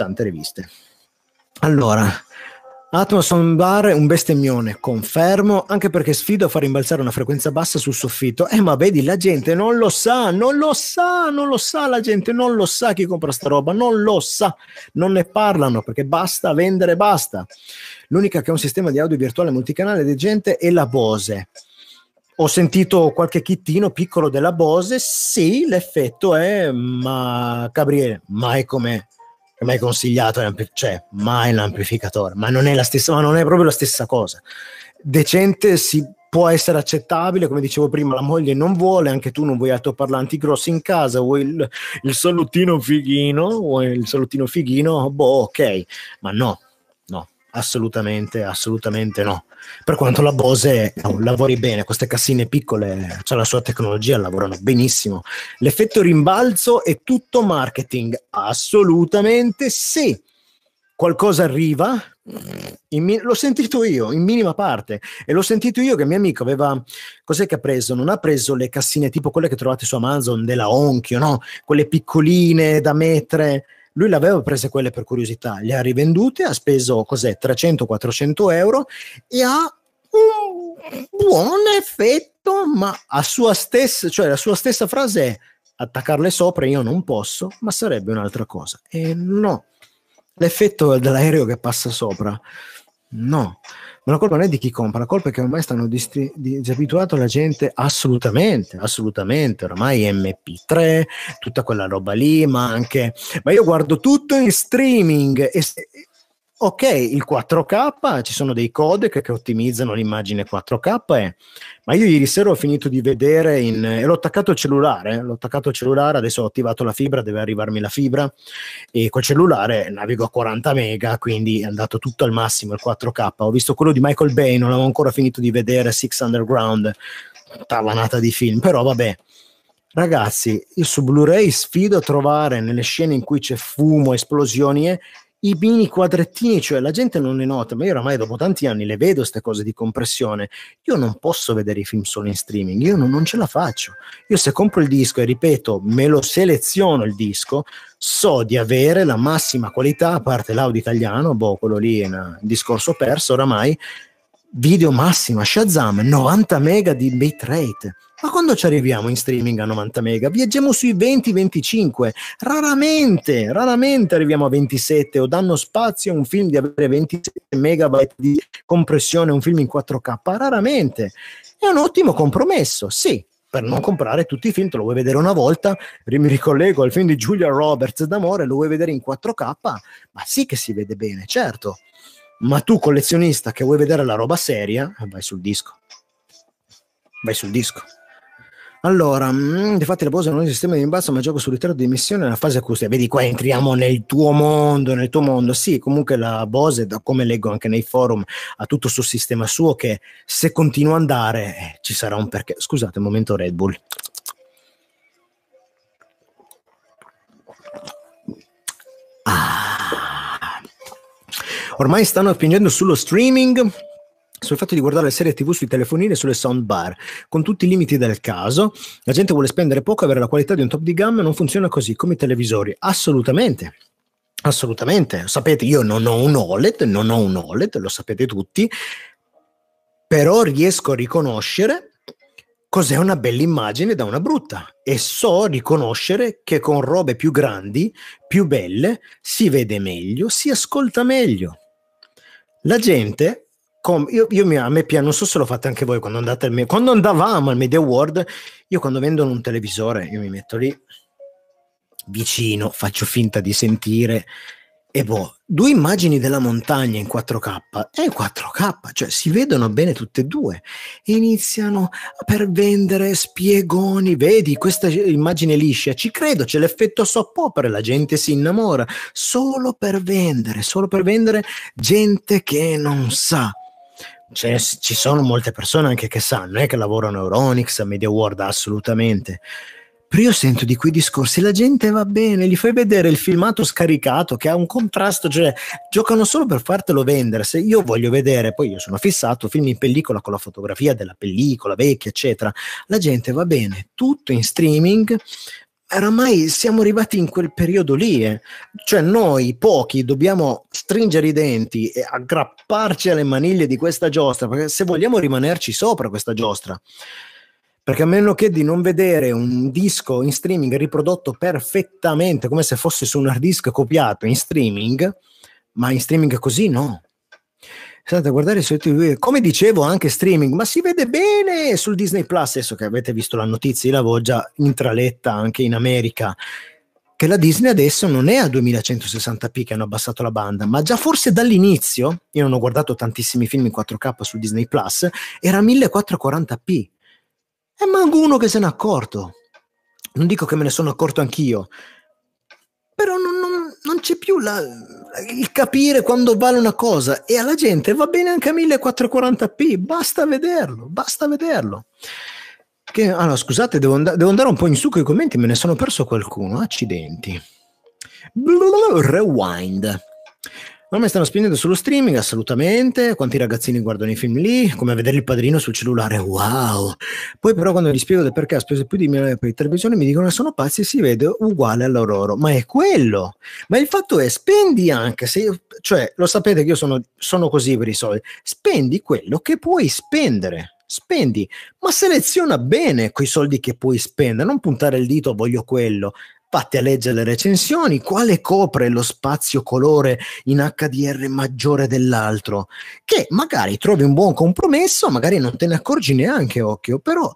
A: Allora, Atmos Soundbar è un bestemmione, confermo, anche perché sfido a far rimbalzare una frequenza bassa sul soffitto. Ma vedi, la gente non lo sa, la gente non lo sa chi compra sta roba, non lo sa, non ne parlano, perché basta vendere, basta. L'unica che ha un sistema di audio virtuale multicanale decente è la Bose. Ho sentito qualche chittino piccolo della Bose, sì, l'effetto è, ma Gabriele, mai come mai consigliato, cioè mai l'amplificatore, ma non è la stessa, ma non è proprio la stessa cosa. Decente si può essere accettabile, come dicevo prima, la moglie non vuole, anche tu non vuoi altoparlanti grossi in casa, vuoi il salottino fighino, ok, ma no, assolutamente no. Per quanto la Bose lavori bene, queste cassine piccole, c'è la sua tecnologia, lavorano benissimo. L'effetto rimbalzo è tutto marketing, assolutamente sì. Qualcosa arriva, l'ho sentito io in minima parte, e l'ho sentito io che mio amico aveva, cos'è che ha preso? Non ha preso le cassine tipo quelle che trovate su Amazon della Onkyo, no? Quelle piccoline da mettere. Lui le aveva prese quelle per curiosità, le ha rivendute, ha speso 300-400 euro e ha un buon effetto, ma la sua stessa frase è: attaccarle sopra io non posso, ma sarebbe un'altra cosa. E no, l'effetto dell'aereo che passa sopra, no. Ma la colpa non è di chi compra, la colpa è che ormai stanno disabituato la gente, assolutamente, ormai MP3, tutta quella roba lì, ma io guardo tutto in streaming, ok, il 4K, ci sono dei codec che ottimizzano l'immagine 4K, ma io ieri sera ho finito di vedere e l'ho attaccato al cellulare, adesso ho attivato la fibra, deve arrivarmi la fibra, e col cellulare navigo a 40 mega, quindi è andato tutto al massimo il 4K. Ho visto quello di Michael Bay, non avevo ancora finito di vedere Six Underground, tavanata di film, però vabbè. Ragazzi, io su Blu-ray sfido a trovare nelle scene in cui c'è fumo, esplosioni i mini quadrettini, cioè la gente non ne nota, ma io oramai dopo tanti anni le vedo queste cose di compressione. Io non posso vedere i film solo in streaming, io non ce la faccio. Io se compro il disco e ripeto, me lo seleziono il disco, so di avere la massima qualità, a parte l'audio italiano, quello lì è un discorso perso oramai. Video massima, Shazam, 90 mega di bitrate. Ma quando ci arriviamo in streaming a 90 mega? Viaggiamo sui 20-25, raramente arriviamo a 27 o danno spazio a un film di avere 27 megabyte di compressione, un film in 4K, raramente. È un ottimo compromesso, sì, per non comprare tutti i film. Te lo vuoi vedere una volta, mi ricollego al film di Julia Roberts d'amore, lo vuoi vedere in 4K, ma sì che si vede bene, certo. Ma tu collezionista che vuoi vedere la roba seria, vai sul disco. Allora, infatti la Bose non è un sistema di imbasso, ma gioco sul ritardo di emissione nella fase acustica. Vedi qua, entriamo nel tuo mondo. Sì, comunque la Bose, da come leggo anche nei forum, ha tutto sul sistema suo che se continua a andare ci sarà un perché. Scusate, un momento Red Bull. Ormai stanno spingendo sullo streaming, sul fatto di guardare le serie TV sui telefonini e sulle soundbar, con tutti i limiti del caso. La gente vuole spendere poco e avere la qualità di un top di gamma, non funziona così come i televisori. Assolutamente. Sapete, io non ho un OLED, lo sapete tutti, però riesco a riconoscere cos'è una bella immagine da una brutta, e so riconoscere che con robe più grandi, più belle, si vede meglio, si ascolta meglio. La gente, a me piace, non so se lo fate anche voi quando andavamo al Media World, io quando vendono un televisore, io mi metto lì vicino, faccio finta di sentire, e due immagini della montagna in 4K, è in 4K, cioè si vedono bene tutte e due, e iniziano per vendere spiegoni, vedi questa immagine liscia, ci credo, c'è l'effetto soap opera, la gente si innamora, solo per vendere, gente che non sa. Cioè, ci sono molte persone anche che sanno, che lavorano a Euronics, a Media World, assolutamente. Però io sento di quei discorsi, la gente va bene, gli fai vedere il filmato scaricato che ha un contrasto, cioè giocano solo per fartelo vendere. Se io voglio vedere, poi io sono fissato, film in pellicola con la fotografia della pellicola vecchia, eccetera, la gente va bene, tutto in streaming. Oramai siamo arrivati in quel periodo lì, cioè noi pochi dobbiamo stringere i denti e aggrapparci alle maniglie di questa giostra, perché se vogliamo rimanerci sopra questa giostra, perché a meno che di non vedere un disco in streaming riprodotto perfettamente come se fosse su un hard disk copiato in streaming, ma in streaming così no. State a guardare su TV, come dicevo anche streaming, ma si vede bene sul Disney Plus, adesso che avete visto la notizia, io l'avevo già intraletta anche in America, che la Disney adesso non è a 2160p che hanno abbassato la banda, ma già forse dall'inizio, io non ho guardato tantissimi film in 4K su Disney Plus, era 1440p. E manco uno che se n'è accorto. Non dico che me ne sono accorto anch'io, però non c'è più il capire quando vale una cosa, e alla gente va bene anche a 1440p, basta vederlo. Allora, scusate, devo andare un po' in su con i commenti, me ne sono perso qualcuno, accidenti. Rewind. Ma mi stanno spingendo sullo streaming, assolutamente. Quanti ragazzini guardano i film lì, come vedere Il Padrino sul cellulare, wow. Poi però quando gli spiego del perché ha speso più di 1.000 euro per i televisioni mi dicono che sono pazzi e si vede uguale all'Aurora. Ma è quello. Ma il fatto è, spendi anche, cioè lo sapete che io sono così per i soldi, spendi quello che puoi spendere. Spendi, ma seleziona bene quei soldi che puoi spendere, non puntare il dito voglio quello. Fatti a leggere le recensioni, quale copre lo spazio colore in HDR maggiore dell'altro, che magari trovi un buon compromesso, magari non te ne accorgi neanche, occhio, però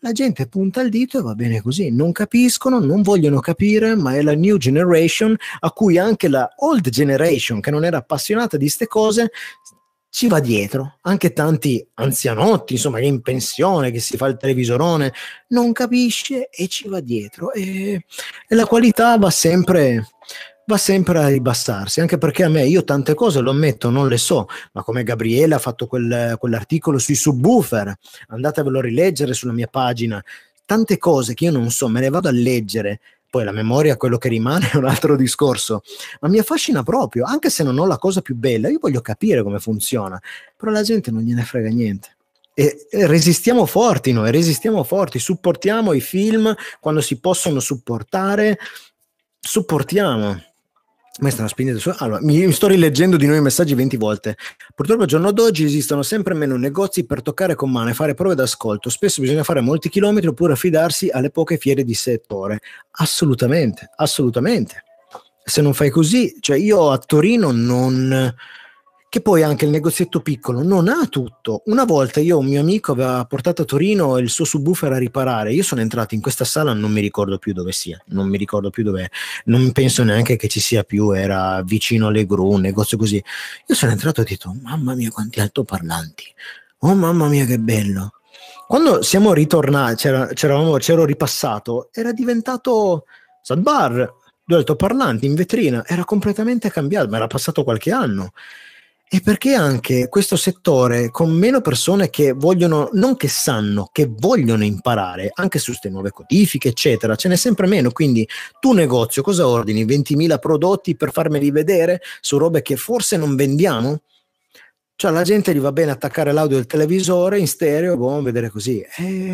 A: La gente punta il dito e va bene così, non capiscono, non vogliono capire, ma è la new generation a cui anche la old generation, che non era appassionata di ste cose, ci va dietro. Anche tanti anzianotti, insomma, che in pensione, che si fa il televisorone, non capisce e ci va dietro. E la qualità va sempre a ribassarsi, anche perché a me, io tante cose, lo ammetto, non le so, ma come Gabriele ha fatto quell'articolo sui subwoofer, andatevelo a rileggere sulla mia pagina, tante cose che io non so, me ne vado a leggere, poi la memoria, quello che rimane è un altro discorso, ma mi affascina proprio, anche se non ho la cosa più bella, io voglio capire come funziona, però la gente non gliene frega niente. E resistiamo forti noi, resistiamo forti, supportiamo i film quando si possono supportare, supportiamo. Ma stanno spingendo su. Allora, mi sto rileggendo di nuovo i messaggi 20 volte. Purtroppo al giorno d'oggi esistono sempre meno negozi per toccare con mano e fare prove d'ascolto. Spesso bisogna fare molti chilometri oppure affidarsi alle poche fiere di settore. Assolutamente, assolutamente. Se non fai così, cioè io a Torino non... Che poi anche il negozietto piccolo non ha tutto. Una volta un mio amico aveva portato a Torino il suo subwoofer a riparare. Io sono entrato in questa sala, non mi ricordo più dove sia, non mi ricordo più dove, non penso neanche che ci sia più, era vicino alle Gru, un negozio così. Io sono entrato e ho detto, mamma mia quanti altoparlanti, oh mamma mia che bello. Quando siamo ritornati, c'ero ripassato, era diventato soundbar, due altoparlanti in vetrina, era completamente cambiato, ma era passato qualche anno. E perché anche questo settore con meno persone che vogliono, non che sanno, che vogliono imparare anche su queste nuove codifiche eccetera, ce n'è sempre meno, quindi tu negozio cosa ordini? 20.000 prodotti per farmeli vedere su robe che forse non vendiamo? Cioè la gente gli va bene attaccare l'audio del televisore in stereo, buono vedere così.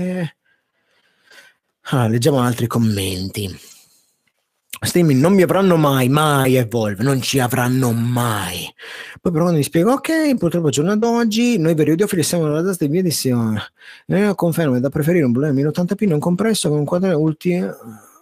A: Leggiamo altri commenti. Streaming non mi avranno mai Evolve, non ci avranno mai. Poi però mi spiego, ok, purtroppo al giorno d'oggi noi per audiofili siamo nella data di via edizione. Confermo, è da preferire un volume 1080p non compresso con un quadro ultimo.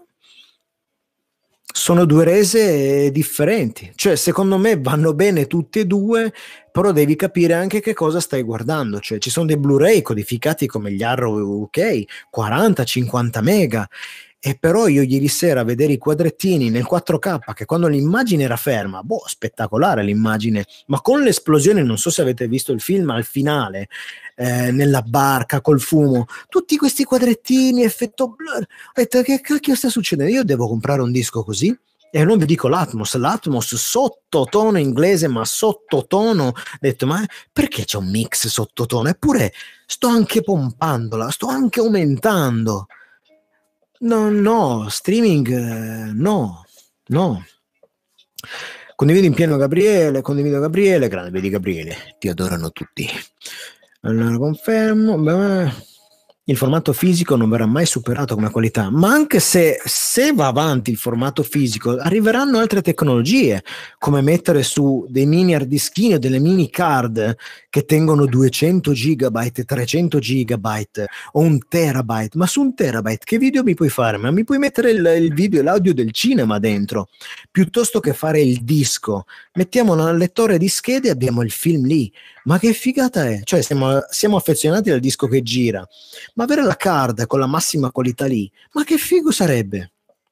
A: Sono due rese differenti, cioè secondo me vanno bene tutte e due, però devi capire anche che cosa stai guardando, cioè ci sono dei Blu-ray codificati come gli Arrow UK, 40-50 mega, e però io ieri sera a vedere i quadrettini nel 4K, che quando l'immagine era ferma, spettacolare l'immagine, ma con l'esplosione, non so se avete visto il film, al finale, nella barca col fumo, tutti questi quadrettini, effetto blur, ho detto che cacchio sta succedendo? Io devo comprare un disco così? E non vi dico l'Atmos sottotono inglese, ma sottotono, ho detto ma perché c'è un mix sottotono? Eppure sto anche pompandola, sto anche aumentando. No, streaming, no. Condivido Gabriele, grande, vedi Gabriele, ti adorano tutti. Allora confermo, il formato fisico non verrà mai superato come qualità, ma anche se va avanti il formato fisico, arriveranno altre tecnologie, come mettere su dei mini hard diskini o delle mini card che tengono 200 gigabyte, 300 gigabyte o 1 terabyte, ma su 1 terabyte che video mi puoi fare? Ma mi puoi mettere il video e l'audio del cinema dentro, piuttosto che fare il disco. Mettiamo un lettore di schede e abbiamo il film lì. Ma che figata è? Cioè siamo affezionati al disco che gira, ma avere la card con la massima qualità lì, ma che figo sarebbe?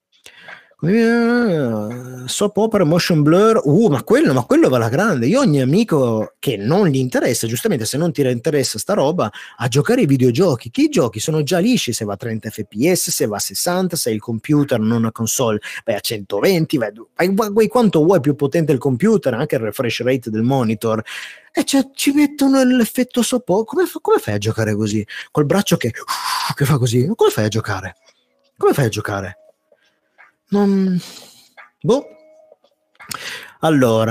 A: Soap opera, motion blur, ma quello va alla grande. Io ogni amico che non gli interessa, giustamente se non ti interessa sta roba, a giocare ai videogiochi, che i giochi sono già lisci, se va a 30 fps, se va a 60, se il computer non una console vai a 120, vai quanto vuoi più potente il computer, anche il refresh rate del monitor, e cioè, ci mettono l'effetto soap opera. Come fai a giocare così? Col braccio che fa così, come fai a giocare? Non... Allora,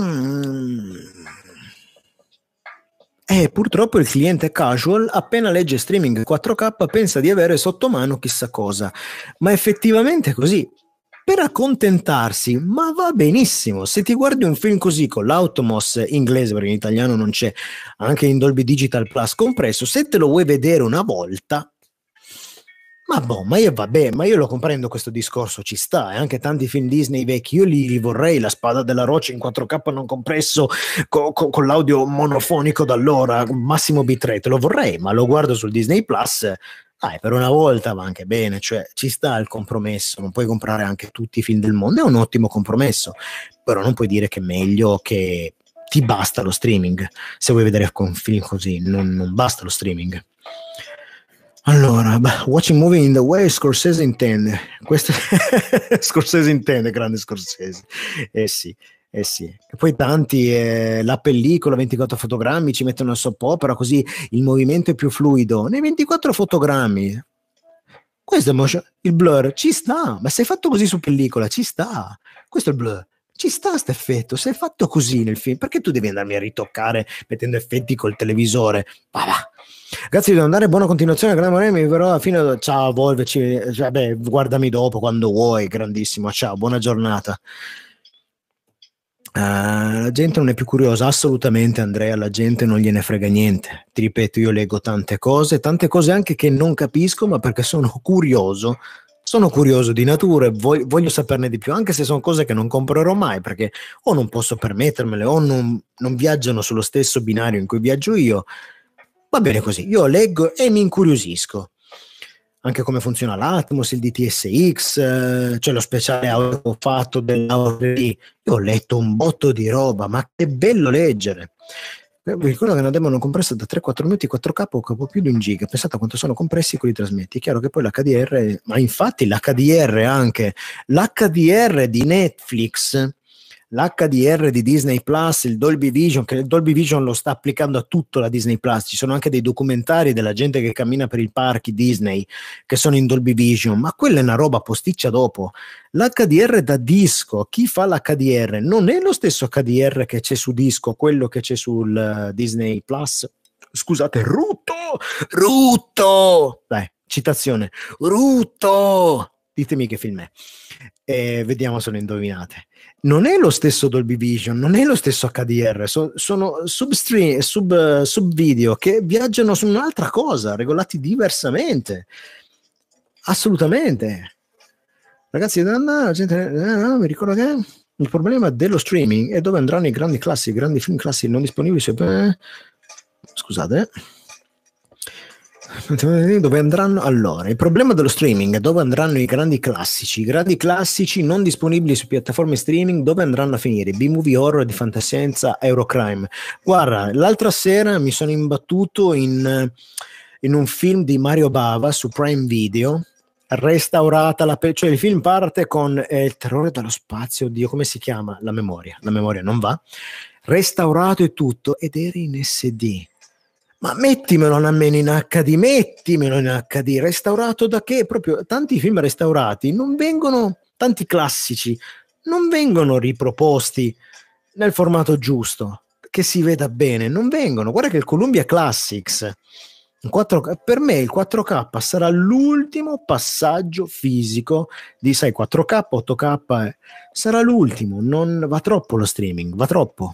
A: purtroppo il cliente casual appena legge streaming 4K pensa di avere sotto mano chissà cosa, ma effettivamente è così. Per accontentarsi, ma va benissimo. Se ti guardi un film così con l'Atmos inglese, perché in italiano non c'è, anche in Dolby Digital Plus compresso, se te lo vuoi vedere una volta, ma io lo comprendo questo discorso, ci sta, e anche tanti film Disney vecchi, io li vorrei, La spada della roccia in 4K non compresso, con l'audio monofonico d'allora, massimo bitrate, lo vorrei, ma lo guardo sul Disney Plus, Per una volta va anche bene, cioè ci sta il compromesso, non puoi comprare anche tutti i film del mondo, è un ottimo compromesso, però non puoi dire che è meglio, che ti basta lo streaming. Se vuoi vedere un film così, non basta lo streaming. Allora, watching movie in the way Scorsese intende. Questo Scorsese intende, grande Scorsese. Sì. Eh sì, e poi tanti, la pellicola 24 fotogrammi ci mettono il soap opera così il movimento è più fluido. Nei 24 fotogrammi, questo è il blur ci sta, ma se è fatto così su pellicola ci sta. Questo è il blur. Ci sta questo effetto, se è fatto così nel film, perché tu devi andarmi a ritoccare mettendo effetti col televisore? Va. Grazie, devo andare, buona continuazione, grande amore, mi verrò fino a... Ciao, Volve, guardami dopo quando vuoi, grandissimo, ciao, buona giornata. La gente non è più curiosa, assolutamente Andrea, la gente non gliene frega niente. Ti ripeto, io leggo tante cose anche che non capisco, ma perché sono curioso di natura e voglio saperne di più, anche se sono cose che non comprerò mai, perché o non posso permettermele o non viaggiano sullo stesso binario in cui viaggio io. Va bene così, io leggo e mi incuriosisco. Anche come funziona l'Atmos, il DTS:X, cioè lo speciale audio che ho fatto dell'audio. Io ho letto un botto di roba, ma che bello leggere. Vi ricordo che una demo non compressa da 3-4 minuti 4K o più di 1 giga. Pensate a quanto sono compressi quelli trasmetti. È chiaro che poi l'HDR, ma infatti l'HDR anche, l'HDR di Netflix, l'HDR di Disney Plus, il Dolby Vision, che il Dolby Vision lo sta applicando a tutto la Disney Plus. Ci sono anche dei documentari della gente che cammina per i parchi Disney che sono in Dolby Vision, ma quella è una roba posticcia dopo. L'HDR da disco, chi fa l'HDR non è lo stesso HDR che c'è su disco, quello che c'è sul Disney Plus. Scusate, Rutto! Dai, citazione, Rutto! Ditemi che film è. Vediamo se lo indovinate. Non è lo stesso Dolby Vision, non è lo stesso HDR, sono sub video che viaggiano su un'altra cosa, regolati diversamente. Assolutamente. Ragazzi, la gente, mi ricordo che il problema dello streaming è dove andranno i grandi film classici non disponibili. Scusate. Dove andranno? Allora, il problema dello streaming è dove andranno i grandi classici non disponibili su piattaforme streaming, dove andranno a finire? B-movie horror di fantascienza, Eurocrime. Guarda, l'altra sera mi sono imbattuto in un film di Mario Bava su Prime Video, restaurata cioè il film parte con il terrore dallo spazio, oddio, come si chiama? La memoria non va, restaurato e tutto, ed era in SD. Ma mettimelo almeno in HD, restaurato da che? Proprio tanti film restaurati non vengono, tanti classici non vengono riproposti nel formato giusto, che si veda bene, non vengono. Guarda che il Columbia Classics in 4K, per me il 4K sarà l'ultimo passaggio fisico di 4K, 8K, sarà l'ultimo, non va troppo lo streaming, va troppo.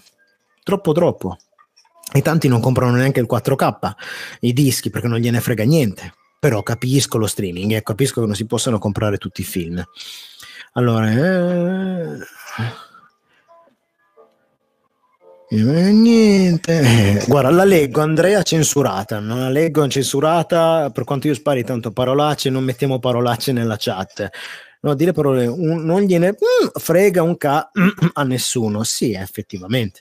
A: E tanti non comprano neanche il 4K, i dischi, perché non gliene frega niente. Però capisco lo streaming e capisco che non si possano comprare tutti i film. Allora, niente. Guarda, la leggo, Andrea censurata. Non la leggo censurata, per quanto io spari tanto parolacce, non mettiamo parolacce nella chat. No, dire parole, non gliene frega un a nessuno. Sì, effettivamente.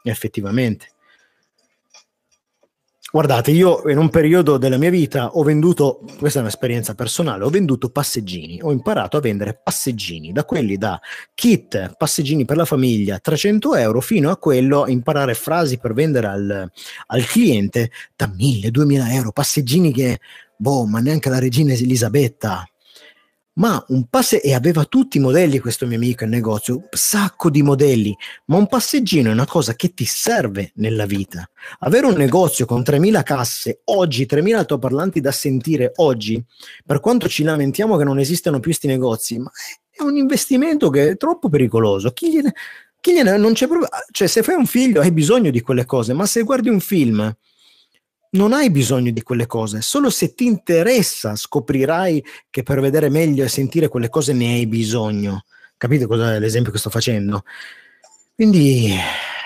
A: Guardate, io in un periodo della mia vita ho venduto, questa è un'esperienza personale, ho venduto passeggini, ho imparato a vendere passeggini, da quelli da kit, passeggini per la famiglia, 300 euro, fino a quello, imparare frasi per vendere al cliente da 1.000-2.000 euro, passeggini che, ma neanche la regina Elisabetta. Ma e aveva tutti i modelli questo mio amico in negozio, un sacco di modelli, ma un passeggino è una cosa che ti serve nella vita. Avere un negozio con 3.000 casse, oggi 3.000 altoparlanti da sentire oggi, per quanto ci lamentiamo che non esistano più questi negozi, ma è un investimento che è troppo pericoloso. Non c'è proprio, cioè se fai un figlio hai bisogno di quelle cose, ma se guardi un film non hai bisogno di quelle cose, solo se ti interessa scoprirai che per vedere meglio e sentire quelle cose ne hai bisogno. Capite cosa è l'esempio che sto facendo? Quindi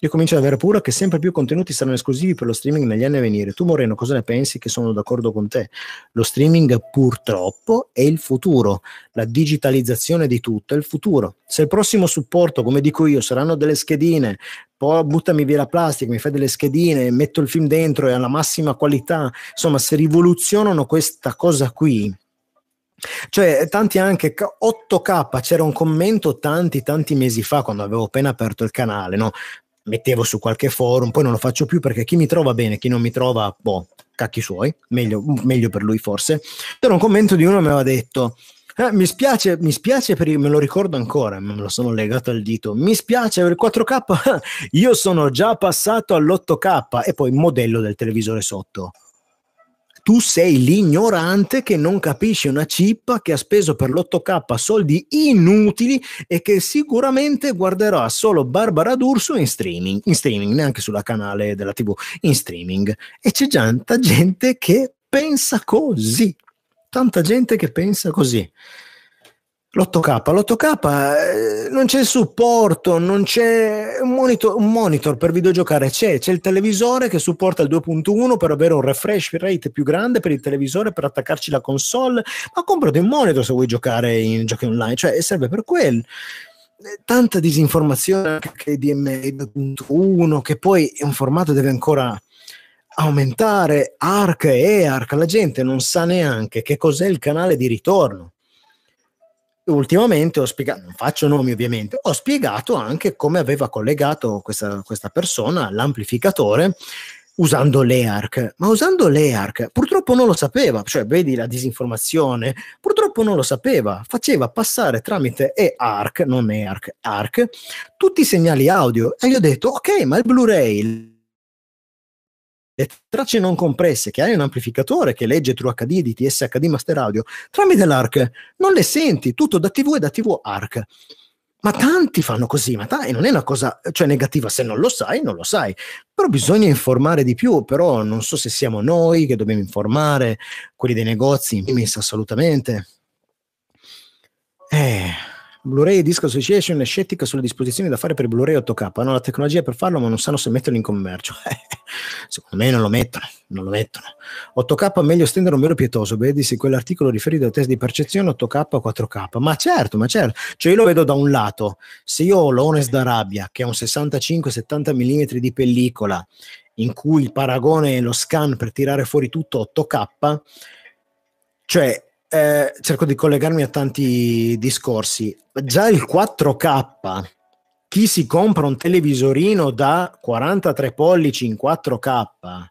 A: Io comincio ad avere paura che sempre più contenuti saranno esclusivi per lo streaming negli anni a venire. Tu, Moreno, cosa ne pensi? Che sono d'accordo con te. Lo streaming purtroppo è il futuro, la digitalizzazione di tutto è il futuro. Se il prossimo supporto, come dico io, saranno delle schedine, poi buttami via la plastica, mi fai delle schedine, metto il film dentro e alla massima qualità, insomma, se rivoluzionano questa cosa qui, cioè tanti anche 8K, c'era un commento tanti mesi fa quando avevo appena aperto il canale, no? Mettevo su qualche forum, poi non lo faccio più perché chi mi trova bene, chi non mi trova, boh, cacchi suoi, meglio per lui forse. C'era un commento di uno che mi aveva detto mi spiace me lo ricordo ancora, me lo sono legato al dito, mi spiace per il 4K, io sono già passato all'8K e poi modello del televisore sotto. Tu sei l'ignorante che non capisce una cippa, che ha speso per l'8K soldi inutili e che sicuramente guarderà solo Barbara D'Urso in streaming, neanche sulla canale della TV, in streaming. E c'è tanta gente che pensa così. Tanta gente che pensa così. L'8K, non c'è il supporto, non c'è un monitor per videogiocare, c'è il televisore che supporta il 2.1 per avere un refresh rate più grande per il televisore, per attaccarci la console, ma comprati un monitor se vuoi giocare in giochi online, cioè serve per quello. Tanta disinformazione che DMI 2.1, che poi è un formato deve ancora aumentare, ARC e EARC, la gente non sa neanche che cos'è il canale di ritorno. Ultimamente ho spiegato, non faccio nomi ovviamente, ho spiegato anche come aveva collegato questa persona all'amplificatore usando l'EARC, ma usando l'EARC purtroppo non lo sapeva, cioè vedi la disinformazione, purtroppo non lo sapeva, faceva passare tramite EARC, non EARC, ARC, tutti i segnali audio e gli ho detto ok, ma il Blu-ray, le tracce non compresse, che hai un amplificatore che legge True HD, DTS HD Master Audio, tramite l'ARC non le senti, tutto da TV e da TV ARC. Ma tanti fanno così, e non è una cosa, cioè, negativa, se non lo sai, non lo sai. Però bisogna informare di più, però non so se siamo noi che dobbiamo informare, quelli dei negozi, in primis assolutamente. Blu-ray Disc Association è scettica sulle disposizioni da fare per Blu-ray 8K, hanno la tecnologia per farlo ma non sanno se metterlo in commercio. Secondo me non lo mettono. 8K meglio stendere un velo pietoso, vedi se quell'articolo riferito al test di percezione 8K o 4K, ma certo, cioè io lo vedo da un lato, se io ho l'Honest d'Arabia che è un 65-70 mm di pellicola in cui il paragone è lo scan per tirare fuori tutto 8K, cioè cerco di collegarmi a tanti discorsi. Già il 4K, chi si compra un televisorino da 43 pollici in 4K,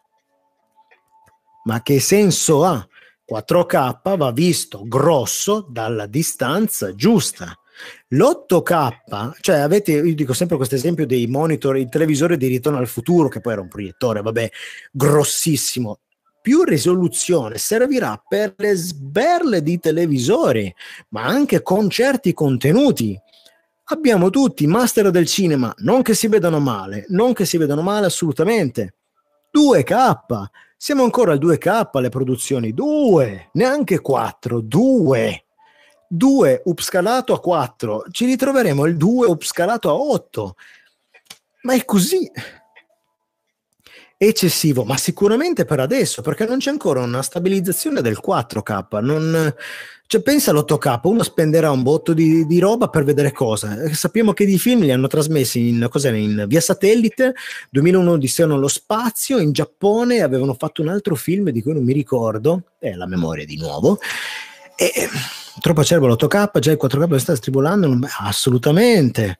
A: ma che senso ha? 4K va visto grosso dalla distanza giusta. L'8K, cioè io dico sempre questo esempio dei monitor, il televisore di Ritorno al futuro, che poi era un proiettore, vabbè, grossissimo. Più risoluzione servirà per le sberle di televisori, ma anche con certi contenuti. Abbiamo tutti master del cinema, non che si vedano male assolutamente. 2K, siamo ancora al 2K le produzioni, 2, neanche 4, 2 upscalato a 4, ci ritroveremo il 2 upscalato a 8, ma è così. Eccessivo, ma sicuramente per adesso, perché non c'è ancora una stabilizzazione del 4K, cioè pensa all'8K, uno spenderà un botto di roba per vedere cosa. Sappiamo che di film li hanno trasmessi in via satellite, 2001 Odissea nello spazio, in Giappone avevano fatto un altro film di cui non mi ricordo, la memoria di nuovo, e troppo acerbo l'8K, già il 4K lo sta stribolando, assolutamente.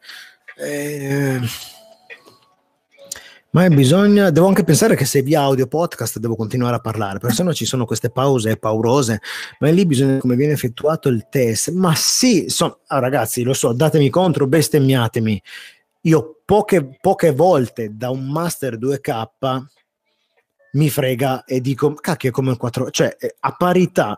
A: Ma devo anche pensare che se via audio podcast devo continuare a parlare, perché sennò ci sono queste pause paurose, ma lì bisogna come viene effettuato il test. Ma sì, ragazzi, lo so, datemi contro, bestemmiatemi. Io poche volte da un master 2K mi frega e dico, cacchio, è come il 4, cioè a parità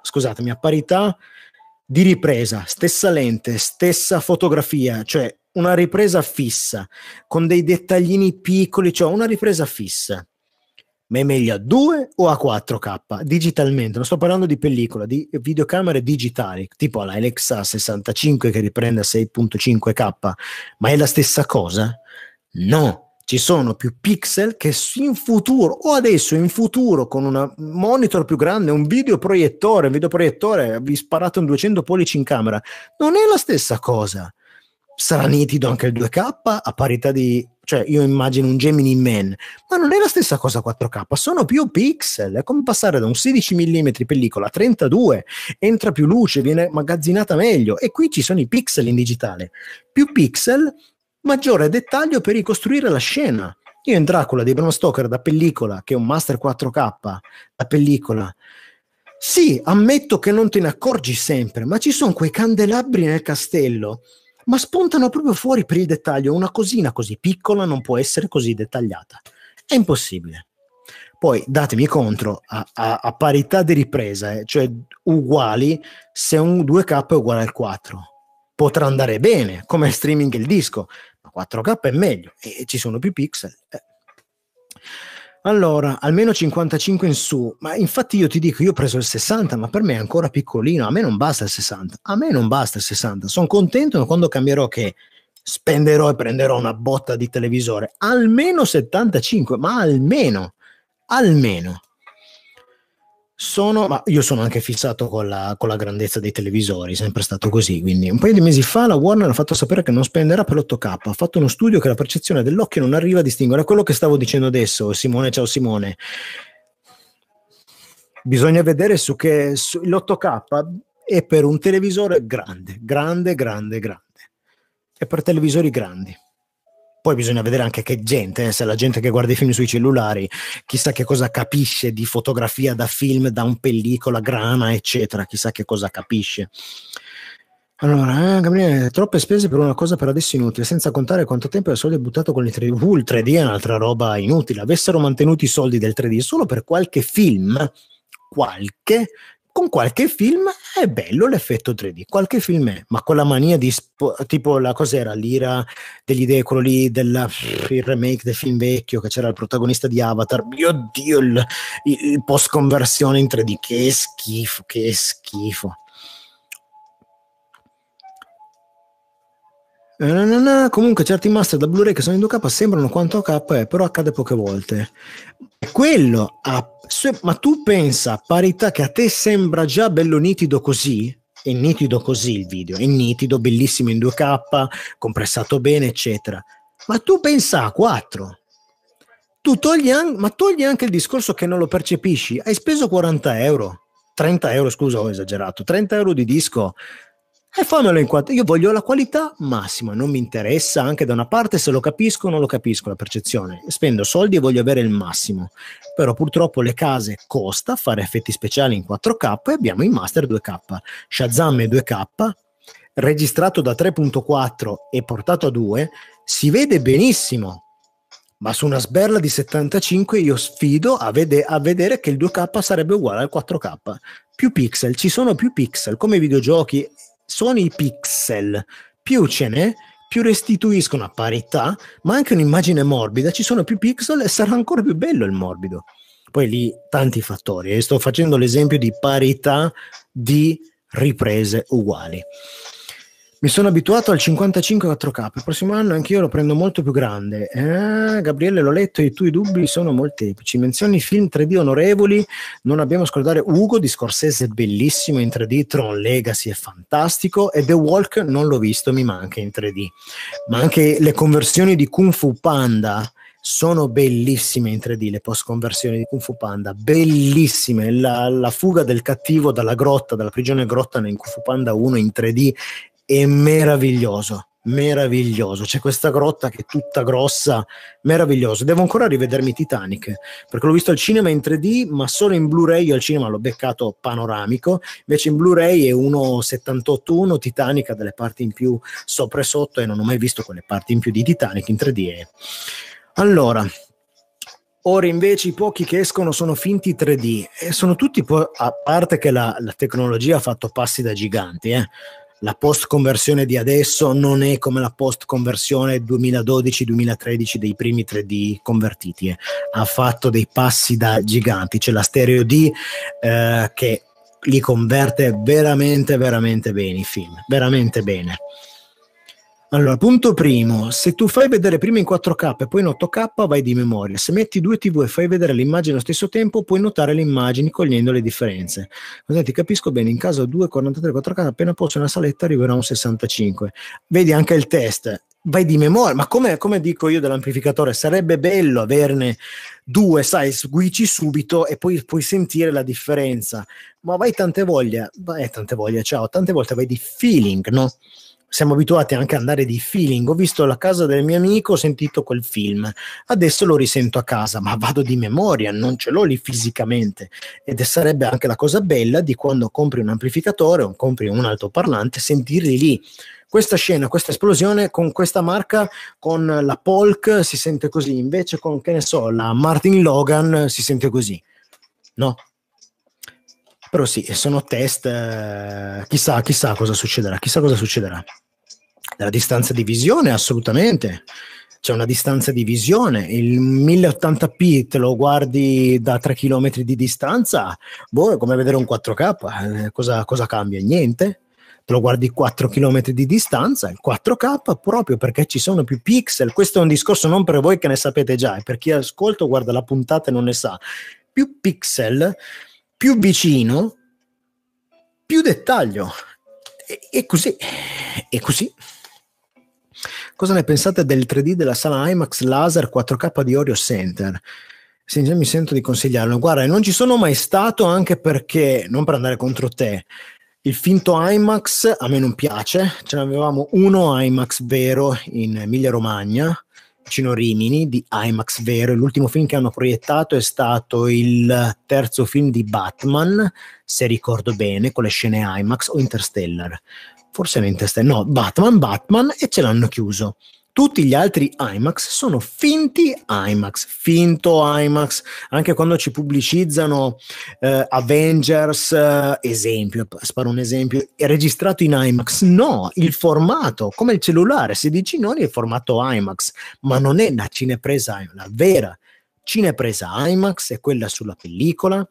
A: di ripresa, stessa lente, stessa fotografia, cioè una ripresa fissa con dei dettaglini piccoli, cioè una ripresa fissa, ma è meglio a 2 o a 4K digitalmente? Non sto parlando di pellicola, di videocamere digitali tipo la Alexa 65 che riprende a 6.5K, ma è la stessa cosa? No, ci sono più pixel che in futuro, o adesso in futuro, con un monitor più grande, un videoproiettore vi sparato in 200 pollici in camera, non è la stessa cosa. Sarà nitido anche il 2K a parità di, cioè io immagino un Gemini Man, ma non è la stessa cosa 4K, sono più pixel, è come passare da un 16 mm pellicola a 32, entra più luce, viene magazzinata meglio, e qui ci sono i pixel in digitale, più pixel, maggiore dettaglio per ricostruire la scena. Io in Dracula di Bram Stoker da pellicola, che è un Master 4K da pellicola, sì, ammetto che non te ne accorgi sempre, ma ci sono quei candelabri nel castello, ma spuntano proprio fuori per il dettaglio. Una cosina così piccola non può essere così dettagliata, è impossibile. Poi datemi contro a parità di ripresa, cioè uguali, se un 2K è uguale al 4 potrà andare bene come streaming il disco, ma 4K è meglio e ci sono più pixel. Allora, almeno 55 in su, ma infatti io ti dico, io ho preso il 60, ma per me è ancora piccolino, a me non basta il 60, a me non basta il 60, sono contento quando cambierò che spenderò e prenderò una botta di televisore, almeno 75, ma almeno, ma io sono anche fissato con la grandezza dei televisori, sempre stato così, quindi un paio di mesi fa la Warner ha fatto sapere che non spenderà per l'8K, ha fatto uno studio che la percezione dell'occhio non arriva a distinguere, quello che stavo dicendo adesso. Simone, ciao Simone, bisogna vedere l'8K è per un televisore grande, è per televisori grandi. Poi bisogna vedere anche che gente, se la gente che guarda i film sui cellulari, chissà che cosa capisce di fotografia da film, da un pellicola, grana, eccetera, chissà che cosa capisce. Allora, Gabriele, troppe spese per una cosa per adesso inutile, senza contare quanto tempo e soldi buttato con il 3D. Il 3D è un'altra roba inutile. Avessero mantenuto i soldi del 3D solo per qualche film, con qualche film è bello l'effetto 3D, qualche film è, ma quella mania di tipo la cos'era l'ira degli idee, quello lì il remake del film vecchio che c'era il protagonista di Avatar, mio Dio, il post conversione in 3D, che schifo. Comunque certi master da Blu-ray che sono in 2K sembrano quanto K, però accade poche volte. Quello ma tu pensa a parità che a te sembra già bello nitido così, è nitido così il video, è nitido, bellissimo in 2K, compressato bene, eccetera. Ma tu pensa a 4. Tu togli anche il discorso che non lo percepisci. Hai speso 40 euro, 30 euro, scusa, ho esagerato, 30 euro di disco. E fammelo in 4. Io voglio la qualità massima, non mi interessa anche da una parte se lo capisco o non lo capisco, la percezione. Spendo soldi e voglio avere il massimo. Però purtroppo le case costa fare effetti speciali in 4K e abbiamo i master 2K. Shazam è 2K, registrato da 3.4 e portato a 2, si vede benissimo. Ma su una sberla di 75 io sfido a vedere che il 2K sarebbe uguale al 4K. Più pixel, ci sono più pixel, come i videogiochi. Sono i pixel, più ce n'è, più restituiscono a parità, ma anche un'immagine morbida, ci sono più pixel e sarà ancora più bello il morbido. Poi lì tanti fattori, sto facendo l'esempio di parità di riprese uguali. Mi sono abituato al 55 4K, il prossimo anno anch'io lo prendo molto più grande. Gabriele, l'ho letto, i tuoi dubbi sono molteplici. Menzioni film 3D onorevoli, non abbiamo scordare Ugo di Scorsese, bellissimo in 3D, Tron Legacy è fantastico e The Walk non l'ho visto, mi manca in 3D. Ma anche le conversioni di Kung Fu Panda sono bellissime in 3D, le post conversioni di Kung Fu Panda, bellissime. La fuga del cattivo dalla grotta, dalla prigione grotta in Kung Fu Panda 1 in 3D è meraviglioso, c'è questa grotta che è tutta grossa, meraviglioso. Devo ancora rivedermi Titanic perché l'ho visto al cinema in 3D ma solo in Blu-ray. Io al cinema l'ho beccato panoramico, invece in Blu-ray è 1.78.1, Titanic ha delle parti in più sopra e sotto e non ho mai visto quelle parti in più di Titanic in 3D. Allora, ora invece i pochi che escono sono finti 3D e sono tutti a parte che la tecnologia ha fatto passi da giganti, La post conversione di adesso non è come la post conversione 2012-2013 dei primi 3D convertiti, ha fatto dei passi da giganti. C'è la Stereo D che li converte veramente bene i film, veramente bene. Allora, punto primo, se tu fai vedere prima in 4K e poi in 8K vai di memoria, se metti due TV e fai vedere l'immagine allo stesso tempo puoi notare le immagini cogliendo le differenze. Così ti capisco bene, in caso 2,43 4K appena posso nella saletta arriverà a un 65. Vedi anche il test, vai di memoria, ma come dico io dell'amplificatore, sarebbe bello averne due, sai, switchi subito e poi puoi sentire la differenza, ma tante volte vai di feeling, no? Siamo abituati anche ad andare di feeling. Ho visto la casa del mio amico, ho sentito quel film, adesso lo risento a casa, ma vado di memoria, non ce l'ho lì fisicamente. Ed sarebbe anche la cosa bella di quando compri un amplificatore o compri un altoparlante, sentirli lì. Questa scena, questa esplosione con questa marca, con la Polk si sente così, invece con, che ne so, la Martin Logan si sente così, no? Però sì, sono test, chissà cosa succederà, La distanza di visione, assolutamente, c'è una distanza di visione, il 1080p te lo guardi da 3 km di distanza, è come vedere un 4K, cosa cambia? Niente, te lo guardi 4 km di distanza, il 4K proprio perché ci sono più pixel, questo è un discorso non per voi che ne sapete già, per chi ascolta o guarda la puntata e non ne sa, più pixel, più vicino, più dettaglio. E così. Cosa ne pensate del 3D della sala IMAX laser 4K di Orio Center? Se mi sento di consigliarlo. Guarda, non ci sono mai stato, anche perché, non per andare contro te, il finto IMAX a me non piace. Ce n'avevamo uno IMAX vero in Emilia Romagna, vicino Rimini, di IMAX vero. L'ultimo film che hanno proiettato è stato il terzo film di Batman, se ricordo bene, con le scene IMAX, o Interstellar. Forse era Interstellar, no, Batman, e ce l'hanno chiuso. Tutti gli altri IMAX sono finti IMAX, finto IMAX, anche quando ci pubblicizzano Avengers, esempio, sparo un esempio, è registrato in IMAX, no, il formato, come il cellulare, 16 noni è il formato IMAX, ma non è la cinepresa IMAX, la vera cinepresa IMAX è quella sulla pellicola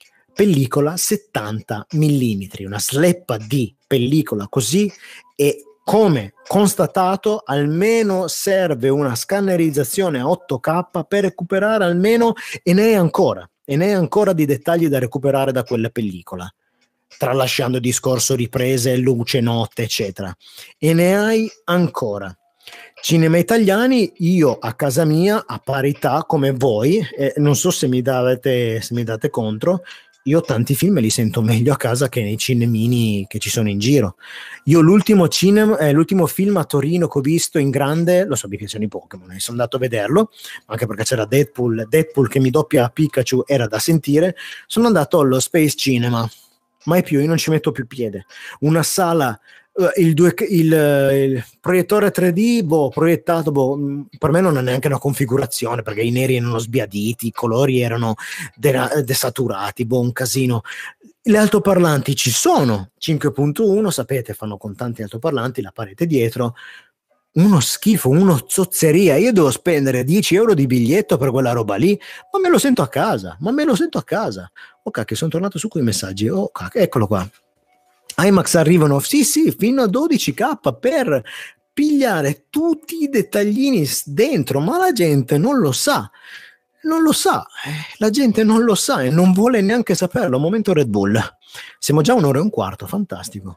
A: 70 mm, una sleppa di pellicola così, e come constatato almeno serve una scannerizzazione a 8K per recuperare almeno, e ne è ancora di dettagli da recuperare da quella pellicola, tralasciando il discorso riprese, luce, notte, eccetera, e ne hai ancora. Cinema italiani, io a casa mia a parità come voi, non so se mi date contro, io tanti film li sento meglio a casa che nei cinemini che ci sono in giro. Io l'ultimo film a Torino che ho visto in grande, lo so, mi piacciono i Pokémon, sono andato a vederlo, anche perché c'era Deadpool che mi doppia Pikachu, era da sentire. Sono andato allo Space Cinema, mai più, io non ci metto più piede. Una sala, il proiettore 3D proiettato, per me non è neanche una configurazione, perché i neri erano sbiaditi, i colori erano desaturati, un casino. Le altoparlanti ci sono, 5.1, sapete, fanno con tanti altoparlanti, la parete dietro, uno schifo, uno zozzeria. Io devo spendere 10 euro di biglietto per quella roba lì, ma me lo sento a casa. Oh cacchio, sono tornato su quei messaggi, oh cacchio, eccolo qua. IMAX arrivano, sì, fino a 12K per pigliare tutti i dettaglini dentro, ma la gente non lo sa, la gente non lo sa e non vuole neanche saperlo. Momento Red Bull, siamo già 1 ora e un quarto, fantastico.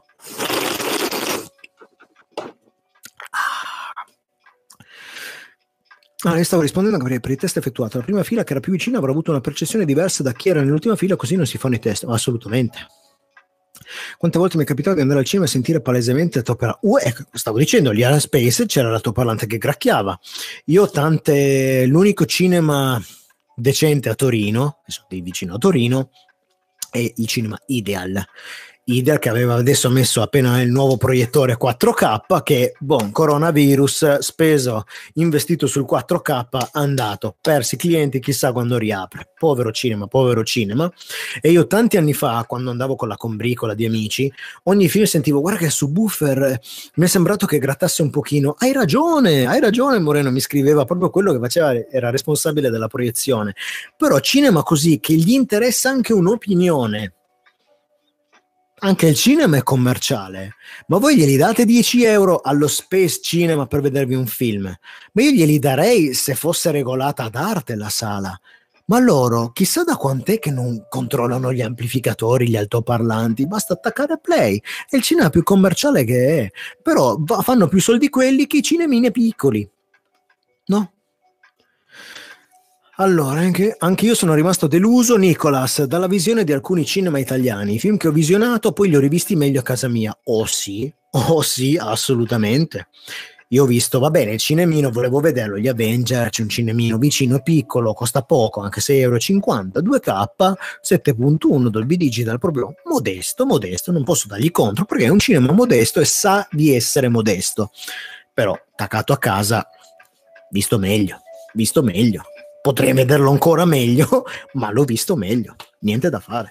A: Io stavo rispondendo anche per i test effettuati. La prima fila che era più vicina avrà avuto una percezione diversa da chi era nell'ultima fila, così non si fanno i test. Assolutamente. Quante volte mi è capitato di andare al cinema e sentire palesemente stavo dicendo, lì alla Space c'era l'altoparlante che gracchiava. L'unico cinema decente a Torino, sono di vicino a Torino, è il cinema Ideal, che aveva adesso messo appena il nuovo proiettore 4K, che coronavirus, investito sul 4K, andato, persi clienti, chissà quando riapre. Povero cinema. E io tanti anni fa, quando andavo con la combricola di amici, ogni film sentivo: guarda che subwoofer mi è sembrato che grattasse un pochino. Hai ragione Moreno, mi scriveva proprio quello che faceva, era responsabile della proiezione. Però cinema così, che gli interessa anche un'opinione, Anche il cinema è commerciale, ma voi glieli date 10 euro allo Space Cinema per vedervi un film? Ma io glieli darei se fosse regolata ad arte la sala. Ma loro, chissà da quant'è che non controllano gli amplificatori, gli altoparlanti, basta attaccare play. È il cinema più commerciale che è, però fanno più soldi quelli che i cinemini piccoli, no? Allora, anche io sono rimasto deluso, Nicolas, dalla visione di alcuni cinema italiani. I film che ho visionato poi li ho rivisti meglio a casa mia. Oh sì, assolutamente. Io ho visto, va bene, il cinemino, volevo vederlo, gli Avenger, c'è un cinemino vicino, piccolo, costa poco, anche 6,50 euro, 2K, 7.1 Dolby Digital, proprio modesto, non posso dargli contro, perché è un cinema modesto e sa di essere modesto. Però, attaccato a casa, visto meglio. Potrei vederlo ancora meglio, ma l'ho visto meglio. Niente da fare.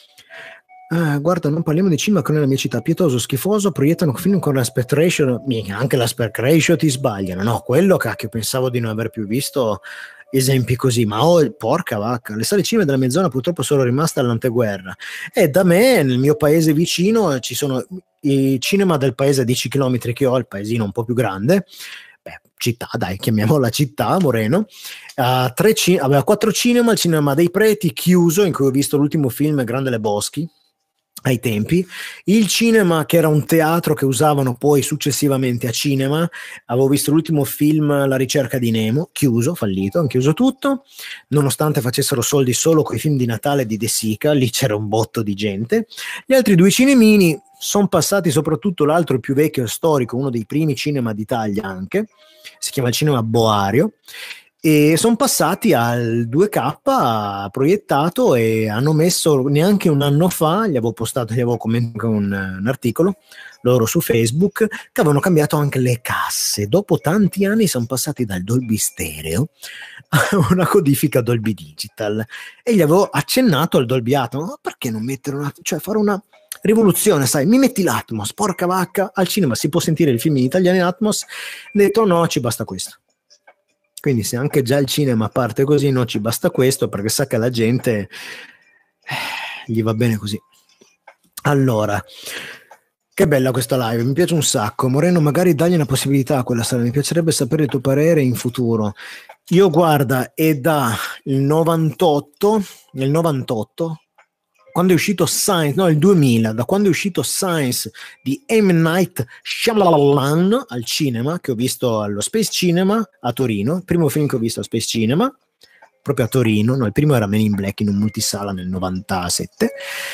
A: Guarda, non parliamo di cinema che nella mia città, pietoso, schifoso, proiettano film con l'aspect ratio, mica, anche l'aspect ratio ti sbagliano. No, quello cacchio, pensavo di non aver più visto esempi così, ma porca vacca, le sale cinema della mia zona purtroppo sono rimaste all'anteguerra. E da me, nel mio paese vicino, ci sono i cinema del paese a 10 km che ho, il paesino un po' più grande, città, dai, chiamiamola città, Moreno, aveva 4 cinema, il cinema dei Preti chiuso, in cui ho visto l'ultimo film Grande Le Boschi, ai tempi, il cinema che era un teatro che usavano poi successivamente a cinema, avevo visto l'ultimo film La ricerca di Nemo, chiuso, fallito, hanno chiuso tutto, nonostante facessero soldi solo con i film di Natale di De Sica, lì c'era un botto di gente. Gli altri 2 cinemini sono passati, soprattutto l'altro più vecchio e storico, uno dei primi cinema d'Italia anche, si chiama il cinema Boario, e sono passati al 2K proiettato e hanno messo neanche un anno fa, gli avevo commentato un articolo loro su Facebook, che avevano cambiato anche le casse. Dopo tanti anni sono passati dal Dolby Stereo a una codifica Dolby Digital e gli avevo accennato al Dolby Atmos. Ma perché non mettere fare una rivoluzione, sai, mi metti l'Atmos, porca vacca, al cinema si può sentire il film in italiano in Atmos. Ho detto no, ci basta questo. Quindi se anche già il cinema parte così, no, ci basta questo, perché sa che la gente gli va bene così. Allora, che bella questa live, mi piace un sacco. Moreno, magari dagli una possibilità a quella sala, mi piacerebbe sapere il tuo parere in futuro. Io guarda, è da il 98, nel 98, quando è uscito Science, no, il 2000, da quando è uscito Science di M. Night Shyamalan al cinema, che ho visto allo Space Cinema a Torino, il primo film che ho visto allo Space Cinema, proprio a Torino, no, il primo era Men in Black in un multisala nel 97.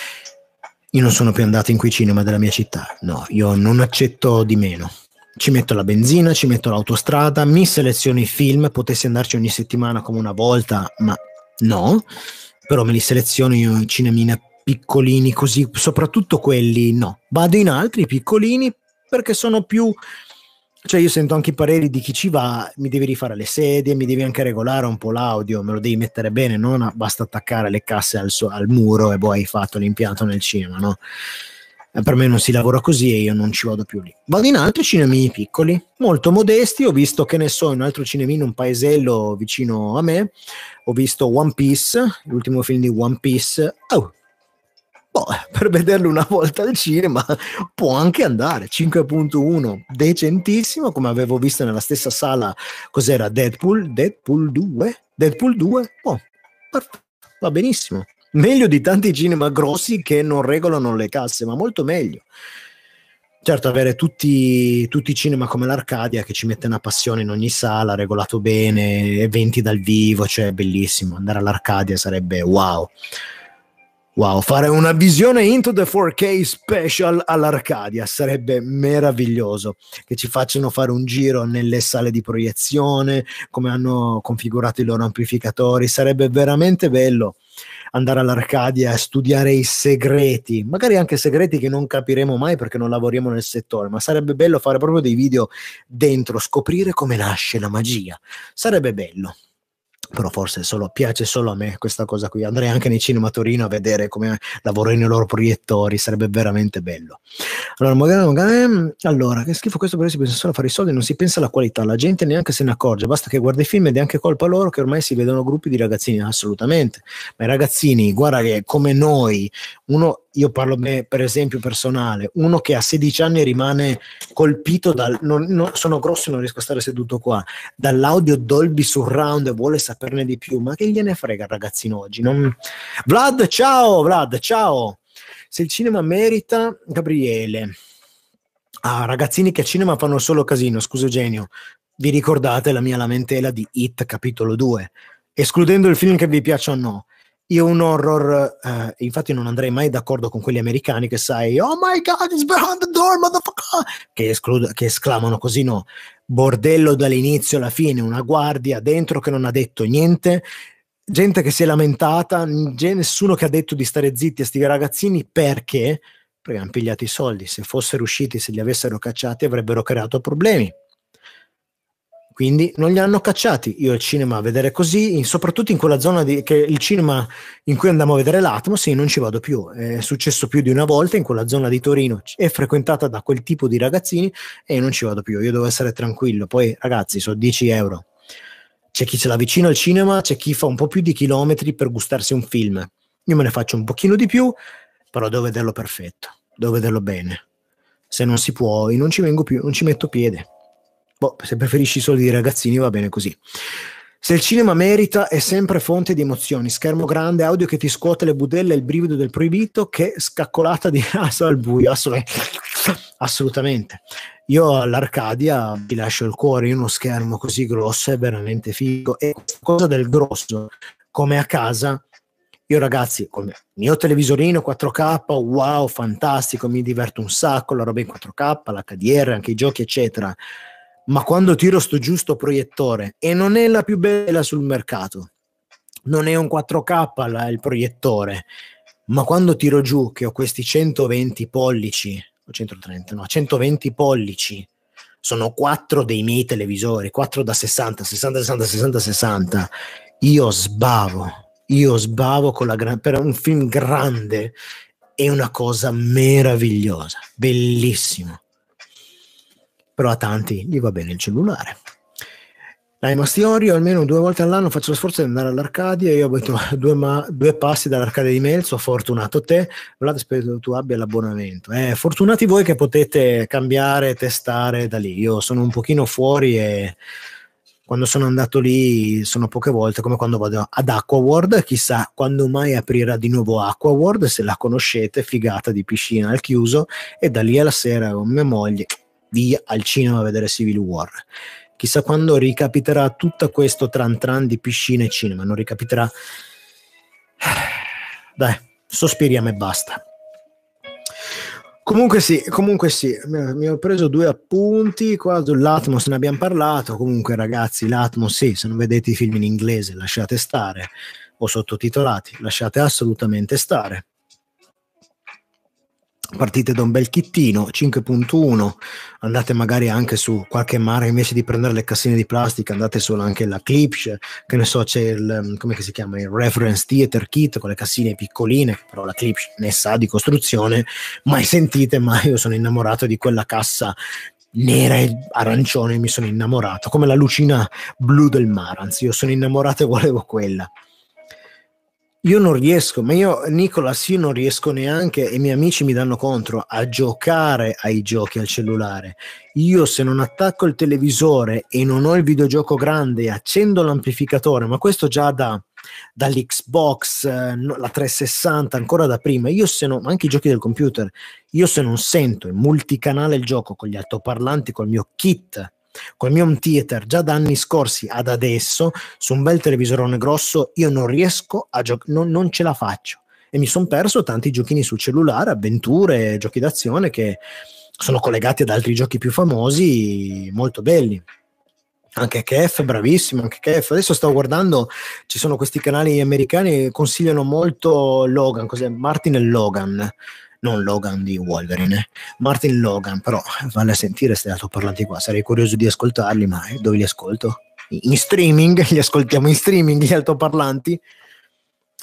A: Io non sono più andato in quei cinema della mia città, no, io non accetto di meno. Ci metto la benzina, ci metto l'autostrada, mi seleziono i film, potessi andarci ogni settimana come una volta, ma no, però me li seleziono io in cinemina piccolini così, soprattutto quelli no, vado in altri piccolini perché sono più, cioè io sento anche i pareri di chi ci va, mi devi rifare le sedie, mi devi anche regolare un po' l'audio, me lo devi mettere bene, non basta attaccare le casse al muro e poi hai fatto l'impianto nel cinema, no? Per me non si lavora così e io non ci vado più lì. Vado in altri cinemini piccoli, molto modesti. Ho visto, che ne so, in un altro cinemino, un paesello vicino a me, ho visto One Piece, l'ultimo film di One Piece. Per vederlo una volta al cinema può anche andare. 5.1 decentissimo, come avevo visto nella stessa sala. Cos'era? Deadpool 2, va benissimo, meglio di tanti cinema grossi che non regolano le casse, ma molto meglio. Certo, avere tutti i cinema come l'Arcadia che ci mette una passione in ogni sala, regolato bene, eventi dal vivo, cioè bellissimo. Andare all'Arcadia sarebbe wow, fare una visione Into the 4K special all'Arcadia sarebbe meraviglioso, che ci facciano fare un giro nelle sale di proiezione, come hanno configurato i loro amplificatori. Sarebbe veramente bello andare all'Arcadia e studiare i segreti, magari anche segreti che non capiremo mai perché non lavoriamo nel settore, ma sarebbe bello fare proprio dei video dentro, scoprire come nasce la magia. Sarebbe bello. Però forse piace solo a me questa cosa qui. Andrei anche nei cinema a Torino a vedere come lavorano i loro proiettori, sarebbe veramente bello. Allora, che schifo questo, perché si pensa solo a fare i soldi, non si pensa alla qualità, la gente neanche se ne accorge, basta che guarda i film ed è anche colpa loro che ormai si vedono gruppi di ragazzini. Assolutamente, ma i ragazzini, guarda che come noi, uno io parlo per esempio personale, uno che a 16 anni rimane colpito sono grosso, non riesco a stare seduto qua, dall'audio Dolby Surround e vuole saperne di più, ma che gliene frega il ragazzino oggi? Vlad, ciao! Se il cinema merita, Gabriele. Ragazzini che a cinema fanno solo casino, scusa Eugenio, vi ricordate la mia lamentela di It capitolo 2? Escludendo il film che vi piaccia o no, io un horror, infatti non andrei mai d'accordo con quelli americani che sai, oh my god, it's behind the door, motherfucker, che esclamano così, no, bordello dall'inizio alla fine, una guardia dentro che non ha detto niente, gente che si è lamentata, nessuno che ha detto di stare zitti a sti ragazzini, perché hanno pigliato i soldi, se fossero usciti, se li avessero cacciati avrebbero creato problemi. Quindi non li hanno cacciati. Io al cinema a vedere così, soprattutto in quella zona che il cinema in cui andavo a vedere l'Atmos, io non ci vado più. È successo più di una volta in quella zona di Torino, è frequentata da quel tipo di ragazzini e io non ci vado più. Io devo essere tranquillo. Poi ragazzi, sono 10 euro. C'è chi ce l'ha vicino al cinema, c'è chi fa un po' più di chilometri per gustarsi un film. Io me ne faccio un pochino di più, però devo vederlo perfetto, devo vederlo bene. Se non si può, io non ci vengo più, non ci metto piede. Se preferisci i soldi dei ragazzini va bene così. Se il cinema merita, è sempre fonte di emozioni, schermo grande, audio che ti scuote le budelle, il brivido del proibito, che scaccolata di naso al buio, assolutamente. Io all'Arcadia ti lascio il cuore in uno schermo così grosso, è veramente figo, e questa cosa del grosso, come a casa, io ragazzi, con il mio televisorino 4K, wow, fantastico, mi diverto un sacco, la roba in 4K, l'HDR, anche i giochi eccetera, ma quando tiro sto giusto proiettore, e non è la più bella sul mercato, non è un 4K il proiettore, ma quando tiro giù che ho questi 120 pollici, o 130, no, 120 pollici, sono 4 dei miei televisori, 4 da 60, 60, 60, 60, 60, io sbavo per un film grande, è una cosa meravigliosa, bellissimo. Però a tanti gli va bene il cellulare. Dai Mastiori, almeno 2 volte all'anno faccio lo sforzo di andare all'Arcadia. Io abito 2 passi dall'Arcadia di Melzo, fortunato te, Vlad, spero tu abbia l'abbonamento. Fortunati voi che potete cambiare, testare da lì. Io sono un pochino fuori e quando sono andato lì sono poche volte, come quando vado ad Aquaworld, chissà quando mai aprirà di nuovo Aquaworld, se la conoscete, figata di piscina al chiuso, e da lì alla sera con mia moglie via al cinema a vedere Civil War. Chissà quando ricapiterà tutto questo tran tran di piscina e cinema, non ricapiterà. Dai, sospiriamo e basta. Comunque sì, mi ho preso 2 appunti qua sull'Atmos, ne abbiamo parlato. Comunque ragazzi, l'Atmos sì, se non vedete i film in inglese lasciate stare, o sottotitolati, lasciate assolutamente stare. Partite da un bel kittino 5.1, andate magari anche su qualche marca, invece di prendere le cassine di plastica andate solo anche la Klipsch, che ne so, c'è il, come si chiama, il Reference Theater Kit con le cassine piccoline, però la Klipsch ne sa di costruzione, mai sentite, ma io sono innamorato di quella cassa nera e arancione, mi sono innamorato, come la lucina blu del Marantz, io sono innamorato e volevo quella. Io non riesco, ma io non riesco neanche, e i miei amici mi danno contro, a giocare ai giochi al cellulare. Io se non attacco il televisore e non ho il videogioco grande e accendo l'amplificatore, ma questo già dall'Xbox, la 360, ancora da prima, anche i giochi del computer, io se non sento in multicanale il gioco con gli altoparlanti, col mio kit, col mio home theater già da anni scorsi ad adesso, su un bel televisorone grosso, io non riesco a giocare, non ce la faccio, e mi sono perso tanti giochini sul cellulare, avventure, giochi d'azione che sono collegati ad altri giochi più famosi, molto belli. Anche Kef, bravissimo, anche Kef. Adesso stavo guardando, ci sono questi canali americani che consigliano molto Logan, cos'è? Martin e Logan, non Logan di Wolverine, Martin Logan, però vale a sentire questi altoparlanti qua, sarei curioso di ascoltarli, ma dove li ascolto? In streaming, li ascoltiamo in streaming gli altoparlanti?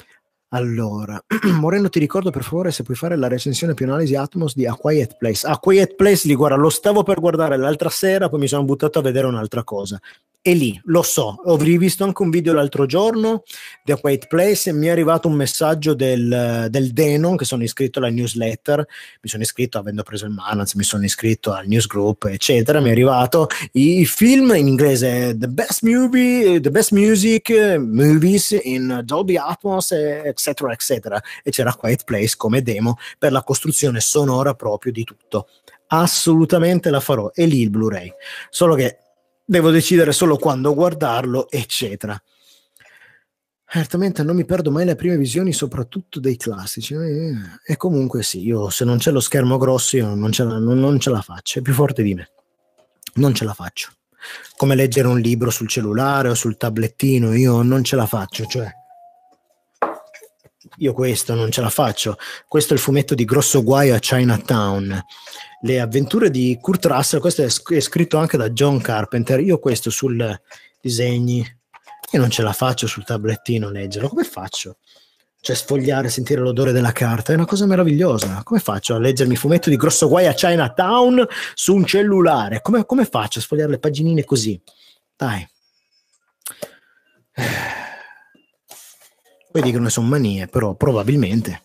A: Allora, Moreno, ti ricordo per favore se puoi fare la recensione più analisi Atmos di A Quiet Place. A Quiet Place, li guarda, lo stavo per guardare l'altra sera, poi mi sono buttato a vedere un'altra cosa. E lì, lo so, ho rivisto anche un video l'altro giorno di A Quiet Place e mi è arrivato un messaggio del Denon, che sono iscritto alla newsletter, mi sono iscritto avendo preso il Manaz, mi sono iscritto al newsgroup, eccetera, mi è arrivato i film in inglese, the best movie, the best music, movies in Dolby Atmos, eccetera, eccetera, e c'era Quiet Place come demo per la costruzione sonora proprio di tutto. Assolutamente la farò, e lì il Blu-ray, solo che devo decidere solo quando guardarlo, eccetera. Certamente non mi perdo mai le prime visioni, soprattutto dei classici. E comunque sì, io se non c'è lo schermo grosso, io non ce la faccio, è più forte di me. Non ce la faccio. Come leggere un libro sul cellulare o sul tablettino, io non ce la faccio, cioè io questo non ce la faccio. Questo è il fumetto di Grosso Guaio a Chinatown. Le avventure di Kurt Russell, questo è scritto anche da John Carpenter. Io questo sul disegni, io non ce la faccio sul tablettino leggerlo. Come faccio? Cioè sfogliare, sentire l'odore della carta è una cosa meravigliosa. Come faccio a leggermi il fumetto di Grosso Guaio a Chinatown su un cellulare? Come faccio a sfogliare le paginine così? Dai. Poi dicono che sono manie, però probabilmente.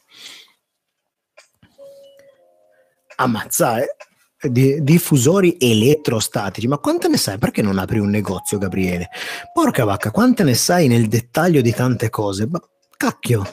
A: Ammazzare diffusori elettrostatici, ma quante ne sai? Perché non apri un negozio, Gabriele? Porca vacca, quante ne sai nel dettaglio di tante cose? Ma cacchio,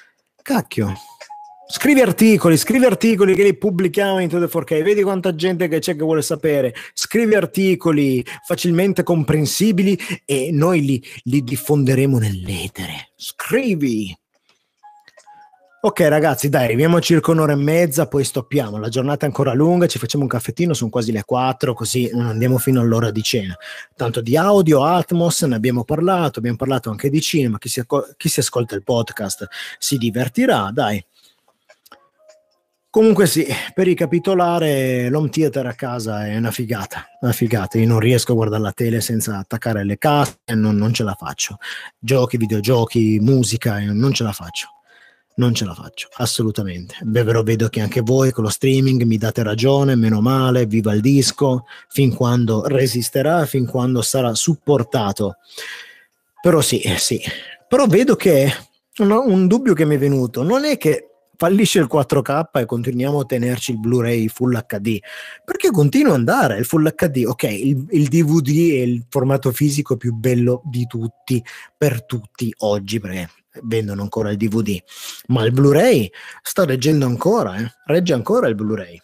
A: scrivi articoli che li pubblichiamo in To The 4K, vedi quanta gente che c'è che vuole sapere, scrivi articoli facilmente comprensibili e noi li diffonderemo nell'etere. Scrivi. Ok ragazzi, dai, arriviamo a circa un'ora e mezza, poi stoppiamo, la giornata è ancora lunga, ci facciamo un caffettino, sono quasi le 4, così andiamo fino all'ora di cena. Tanto di audio, Atmos, ne abbiamo parlato anche di cinema, chi si ascolta il podcast si divertirà, dai. Comunque sì, per ricapitolare, l'home theater a casa è una figata, io non riesco a guardare la tele senza attaccare le casse, non ce la faccio. Giochi, videogiochi, musica, non ce la faccio. Non ce la faccio, assolutamente. Beh, però vedo che anche voi con lo streaming mi date ragione, meno male, viva il disco, fin quando resisterà, fin quando sarà supportato. Però sì. Però vedo che un dubbio che mi è venuto, non è che fallisce il 4K e continuiamo a tenerci il Blu-ray Full HD, perché continua ad andare il Full HD, ok, il DVD è il formato fisico più bello di tutti, per tutti oggi, perché vendono ancora il DVD, ma il Blu-ray sta reggendo ancora, regge ancora il Blu-ray.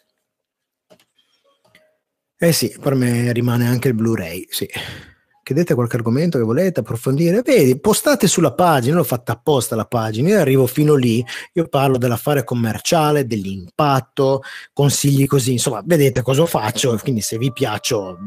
A: Sì, per me rimane anche il Blu-ray, sì. Chiedete qualche argomento che volete approfondire, vedi, postate sulla pagina, l'ho fatta apposta la pagina, io arrivo fino lì, io parlo dell'affare commerciale, dell'impatto, consigli così, insomma, vedete cosa faccio, quindi se vi piaccio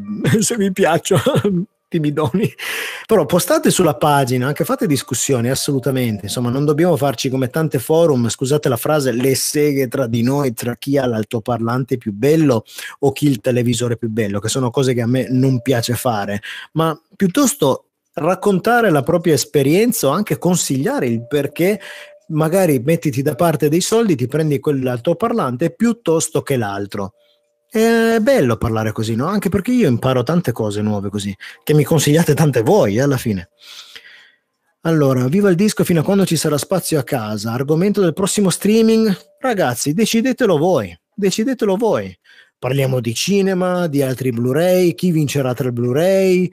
A: timidoni, però postate sulla pagina, anche fate discussioni, assolutamente, insomma non dobbiamo farci come tante forum, scusate la frase, le seghe tra di noi, tra chi ha l'altoparlante più bello o chi il televisore più bello, che sono cose che a me non piace fare, ma piuttosto raccontare la propria esperienza o anche consigliare il perché magari mettiti da parte dei soldi, ti prendi quell'altoparlante piuttosto che l'altro. È bello parlare così, no? Anche perché io imparo tante cose nuove così, che mi consigliate tante voi, alla fine. Allora, viva il disco fino a quando ci sarà spazio a casa. Argomento del prossimo streaming? Ragazzi, decidetelo voi. Parliamo di cinema, di altri Blu-ray, chi vincerà tra il Blu-ray.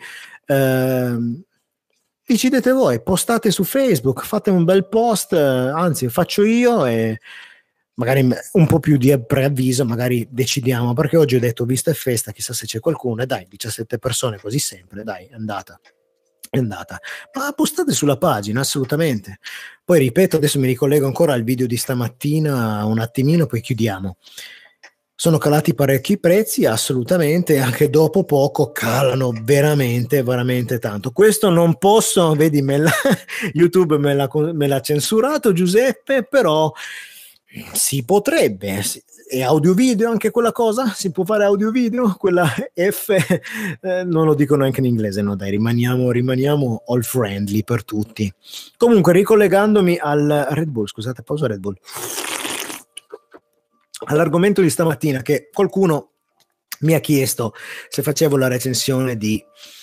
A: Decidete voi, postate su Facebook, fate un bel post, anzi faccio io e magari un po' più di preavviso, magari decidiamo, perché oggi ho detto vista e festa, chissà se c'è qualcuno, e dai, 17 persone quasi sempre, dai, è andata, ma postate sulla pagina, assolutamente. Poi ripeto, adesso mi ricollego ancora al video di stamattina un attimino, poi chiudiamo. Sono calati parecchi i prezzi, assolutamente, anche dopo poco calano veramente tanto. Questo non posso, vedi, YouTube me l'ha censurato Giuseppe, però si potrebbe, e audio video anche quella cosa? Si può fare audio video? Quella F non lo dicono anche in inglese, no dai, rimaniamo all friendly per tutti. Comunque, ricollegandomi al Red Bull, scusate, pausa Red Bull, all'argomento di stamattina, che qualcuno mi ha chiesto se facevo la recensione di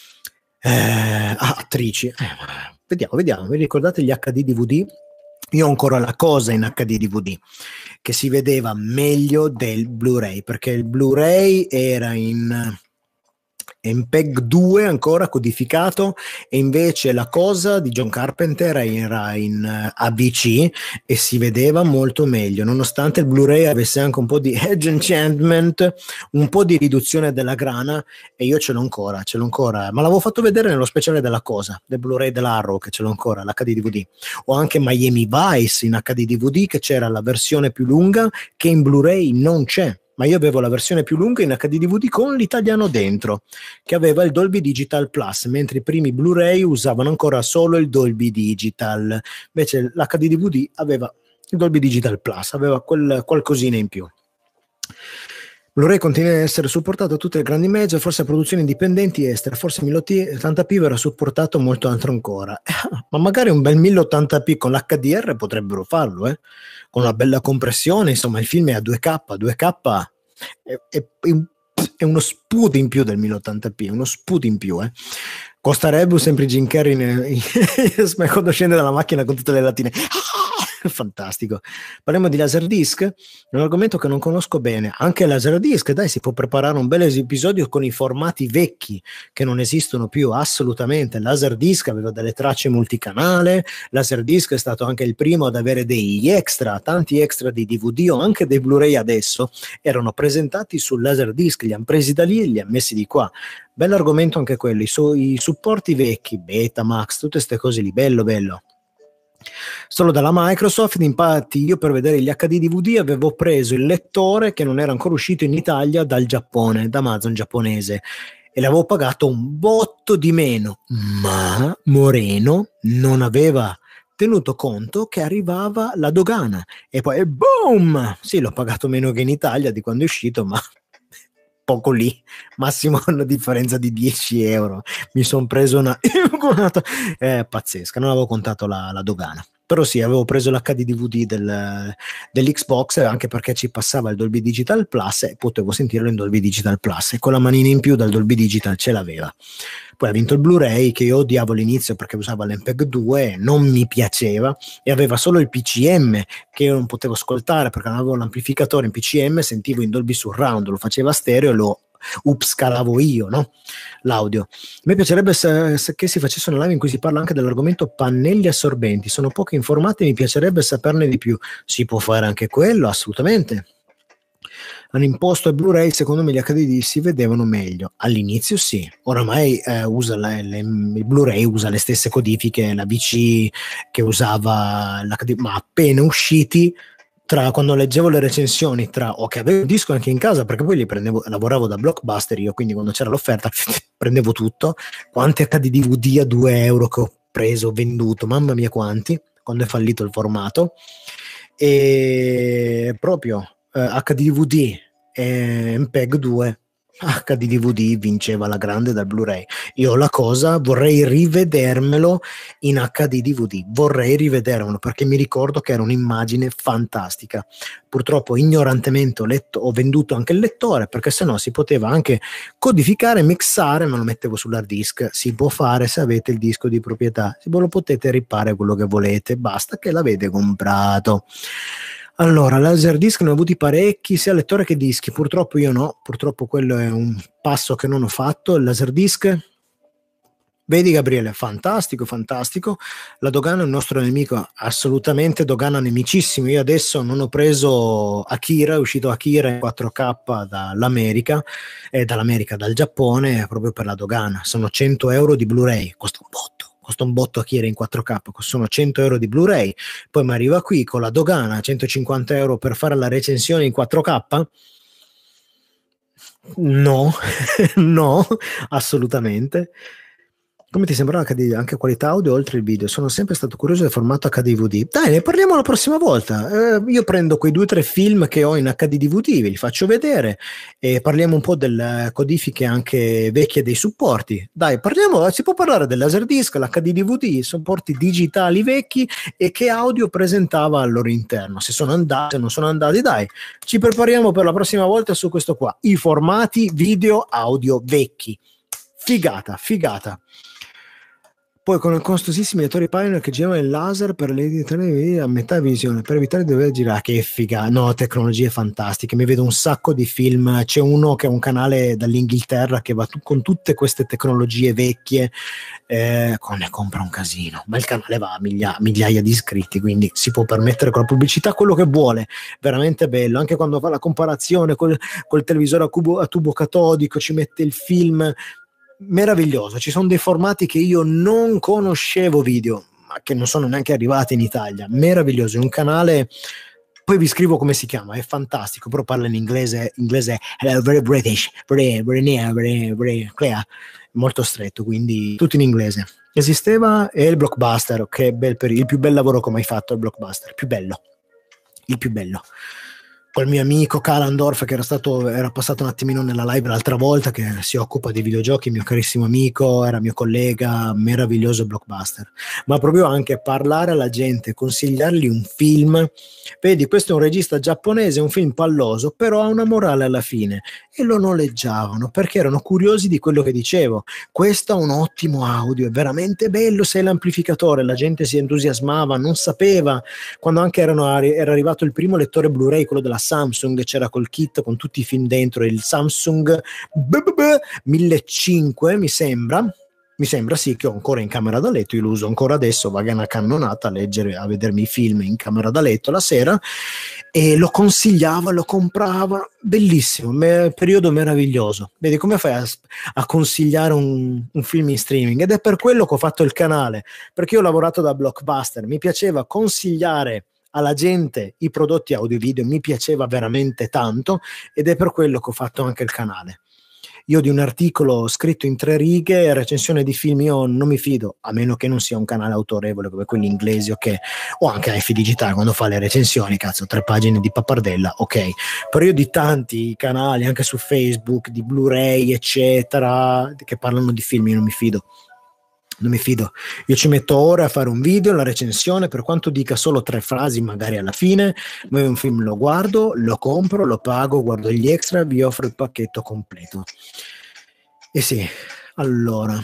A: attrici. Vediamo, vi ricordate gli HD DVD? Io ho ancora la cosa in HD DVD che si vedeva meglio del Blu-ray, perché il Blu-ray era in MPEG 2 ancora codificato, e invece la cosa di John Carpenter era in AVC e si vedeva molto meglio, nonostante il Blu-ray avesse anche un po' di edge enchantment, un po' di riduzione della grana, e io ce l'ho ancora, ma l'avevo fatto vedere nello speciale della cosa, del Blu-ray dell'Arrow, che ce l'ho ancora, l'HD DVD. O anche Miami Vice in HD DVD, che c'era la versione più lunga che in Blu-ray non c'è, ma io avevo la versione più lunga in HD DVD con l'italiano dentro, che aveva il Dolby Digital Plus, mentre i primi Blu-ray usavano ancora solo il Dolby Digital. Invece l'HD DVD aveva il Dolby Digital Plus, aveva qualcosina in più. Blu-ray continua ad essere supportato a tutte le grandi major, forse a produzioni indipendenti estere, forse 1080p verrà supportato molto altro ancora. Ma magari un bel 1080p con l'HDR potrebbero farlo, con una bella compressione, insomma il film è a 2K è uno sputo in più del 1080p, uno sputo in più, Costerebbe sempre Jim Carrey quando scende dalla macchina con tutte le latine. Fantastico. Parliamo di Laserdisc, è un argomento che non conosco bene. Anche Laserdisc, dai, si può preparare un bel episodio con i formati vecchi che non esistono più assolutamente. Laserdisc aveva delle tracce multicanale, Laserdisc è stato anche il primo ad avere degli extra, tanti extra di DVD o anche dei Blu-ray adesso erano presentati sul Laserdisc, li hanno presi da lì e li hanno messi di qua. Bell'argomento anche quelli, i supporti vecchi, Betamax, tutte queste cose lì, bello. Solo dalla Microsoft. Infatti io per vedere gli HD DVD avevo preso il lettore che non era ancora uscito in Italia dal Giappone, da Amazon giapponese, e l'avevo pagato un botto di meno, ma Moreno non aveva tenuto conto che arrivava la dogana e poi boom, sì, l'ho pagato meno che in Italia di quando è uscito, ma poco lì, massimo una differenza di 10 euro. Mi sono preso una pazzesca, non avevo contato la dogana. Però sì, avevo preso l'HD DVD dell'Xbox, anche perché ci passava il Dolby Digital Plus e potevo sentirlo in Dolby Digital Plus, e con la manina in più dal Dolby Digital ce l'aveva. Poi ha vinto il Blu-ray, che io odiavo all'inizio perché usava l'MPEG 2, non mi piaceva, e aveva solo il PCM che io non potevo ascoltare perché non avevo l'amplificatore in PCM, sentivo in Dolby Surround, lo faceva stereo e lo scalavo io, no? L'audio. A me piacerebbe che si facesse una live in cui si parla anche dell'argomento pannelli assorbenti, sono poco informati e mi piacerebbe saperne di più. Si può fare anche quello, assolutamente. Hanno imposto ai Blu-ray, secondo me gli HD si vedevano meglio. All'inizio sì, oramai il Blu-ray usa le stesse codifiche, la VC che usava l'HD, ma appena usciti, quando leggevo le recensioni, o che avevo il disco anche in casa, perché poi li prendevo, lavoravo da Blockbuster io, quindi quando c'era l'offerta prendevo tutto. Quanti HD DVD a 2 euro che ho preso, venduto, mamma mia quanti, quando è fallito il formato. E proprio HD DVD e MPEG 2, HD DVD vinceva la grande dal Blu-ray. Io la cosa vorrei rivedermelo in HD DVD, vorrei rivedermelo perché mi ricordo che era un'immagine fantastica. Purtroppo ignorantemente ho venduto anche il lettore, perché sennò si poteva anche codificare, mixare, me lo mettevo sull'hard disk. Si può fare se avete il disco di proprietà, lo potete ripare quello che volete, basta che l'avete comprato. Allora, Laserdisc ne ho avuti parecchi, sia lettore che dischi. Purtroppo io no, purtroppo quello è un passo che non ho fatto. Il Laserdisc, vedi Gabriele, fantastico. La dogana è un nostro nemico, assolutamente, dogana nemicissimo. Io adesso non ho preso Akira, è uscito Akira in 4K dal Giappone, proprio per la dogana. Sono 100 euro di Blu-ray, costa un botto Akira in 4K, sono 100 euro di Blu-ray, poi mi arriva qui con la dogana 150 euro per fare la recensione in 4K? No, no, assolutamente. Come ti sembra anche qualità audio oltre il video? Sono sempre stato curioso del formato HD-DVD. Dai, ne parliamo la prossima volta. Io prendo quei 2 o 3 film che ho in HD-DVD, ve li faccio vedere e parliamo un po' delle codifiche anche vecchie dei supporti. Dai, parliamo, si può parlare del Laserdisc, l'HD-DVD, supporti digitali vecchi e che audio presentava al loro interno. Se sono andati, se non sono andati, dai, ci prepariamo per la prossima volta su questo qua. I formati video audio vecchi. Figata, figata. Poi con costosissimi lettori Pioneer che girano in laser per l'edizione a metà visione per evitare di dover girare. Che figa, no, tecnologie fantastiche. Mi vedo un sacco di film. C'è uno che è un canale dall'Inghilterra che va con tutte queste tecnologie vecchie, ne compra un casino, ma il canale va a migliaia di iscritti, quindi si può permettere con la pubblicità quello che vuole. Veramente bello, anche quando fa la comparazione col televisore a tubo catodico, ci mette il film. Meraviglioso, ci sono dei formati che io non conoscevo video, ma che non sono neanche arrivati in Italia. Meraviglioso, è un canale, poi vi scrivo come si chiama, è fantastico, però parla in inglese very British, very clear, molto stretto, quindi tutto in inglese. Esisteva e il Blockbuster, che bel il più bel lavoro che ho mai fatto, il Blockbuster, il più bello. Col mio amico Kalandorf che era passato un attimino nella live l'altra volta, che si occupa di videogiochi, mio carissimo amico, era mio collega, meraviglioso Blockbuster. Ma proprio anche parlare alla gente, consigliargli un film. Vedi, questo è un regista giapponese, un film palloso, però ha una morale alla fine, e lo noleggiavano perché erano curiosi di quello che dicevo. Questo ha un ottimo audio, è veramente bello, sei l'amplificatore, la gente si entusiasmava, non sapeva. Quando anche era arrivato il primo lettore Blu-ray, quello della Samsung, c'era col kit con tutti i film dentro, il Samsung 1500 mi sembra sì, che ho ancora in camera da letto, io lo uso ancora adesso, vado una cannonata a vedermi i film in camera da letto la sera, e lo consigliava, lo comprava, bellissimo, periodo meraviglioso. Vedi come fai a consigliare un film in streaming? Ed è per quello che ho fatto il canale, perché io ho lavorato da Blockbuster, mi piaceva consigliare alla gente i prodotti audio video, mi piaceva veramente tanto, ed è per quello che ho fatto anche il canale. Io di un articolo scritto in 3 righe, recensione di film, io non mi fido, a meno che non sia un canale autorevole come quelli inglesi, ok, o anche F Digitale quando fa le recensioni, cazzo, 3 pagine di pappardella, ok, però io di tanti canali anche su Facebook, di Blu-ray eccetera, che parlano di film, io non mi fido, io ci metto ore a fare un video, la recensione, per quanto dica solo 3 frasi magari alla fine, ma io un film lo guardo, lo compro, lo pago, guardo gli extra, vi offro il pacchetto completo. E sì, allora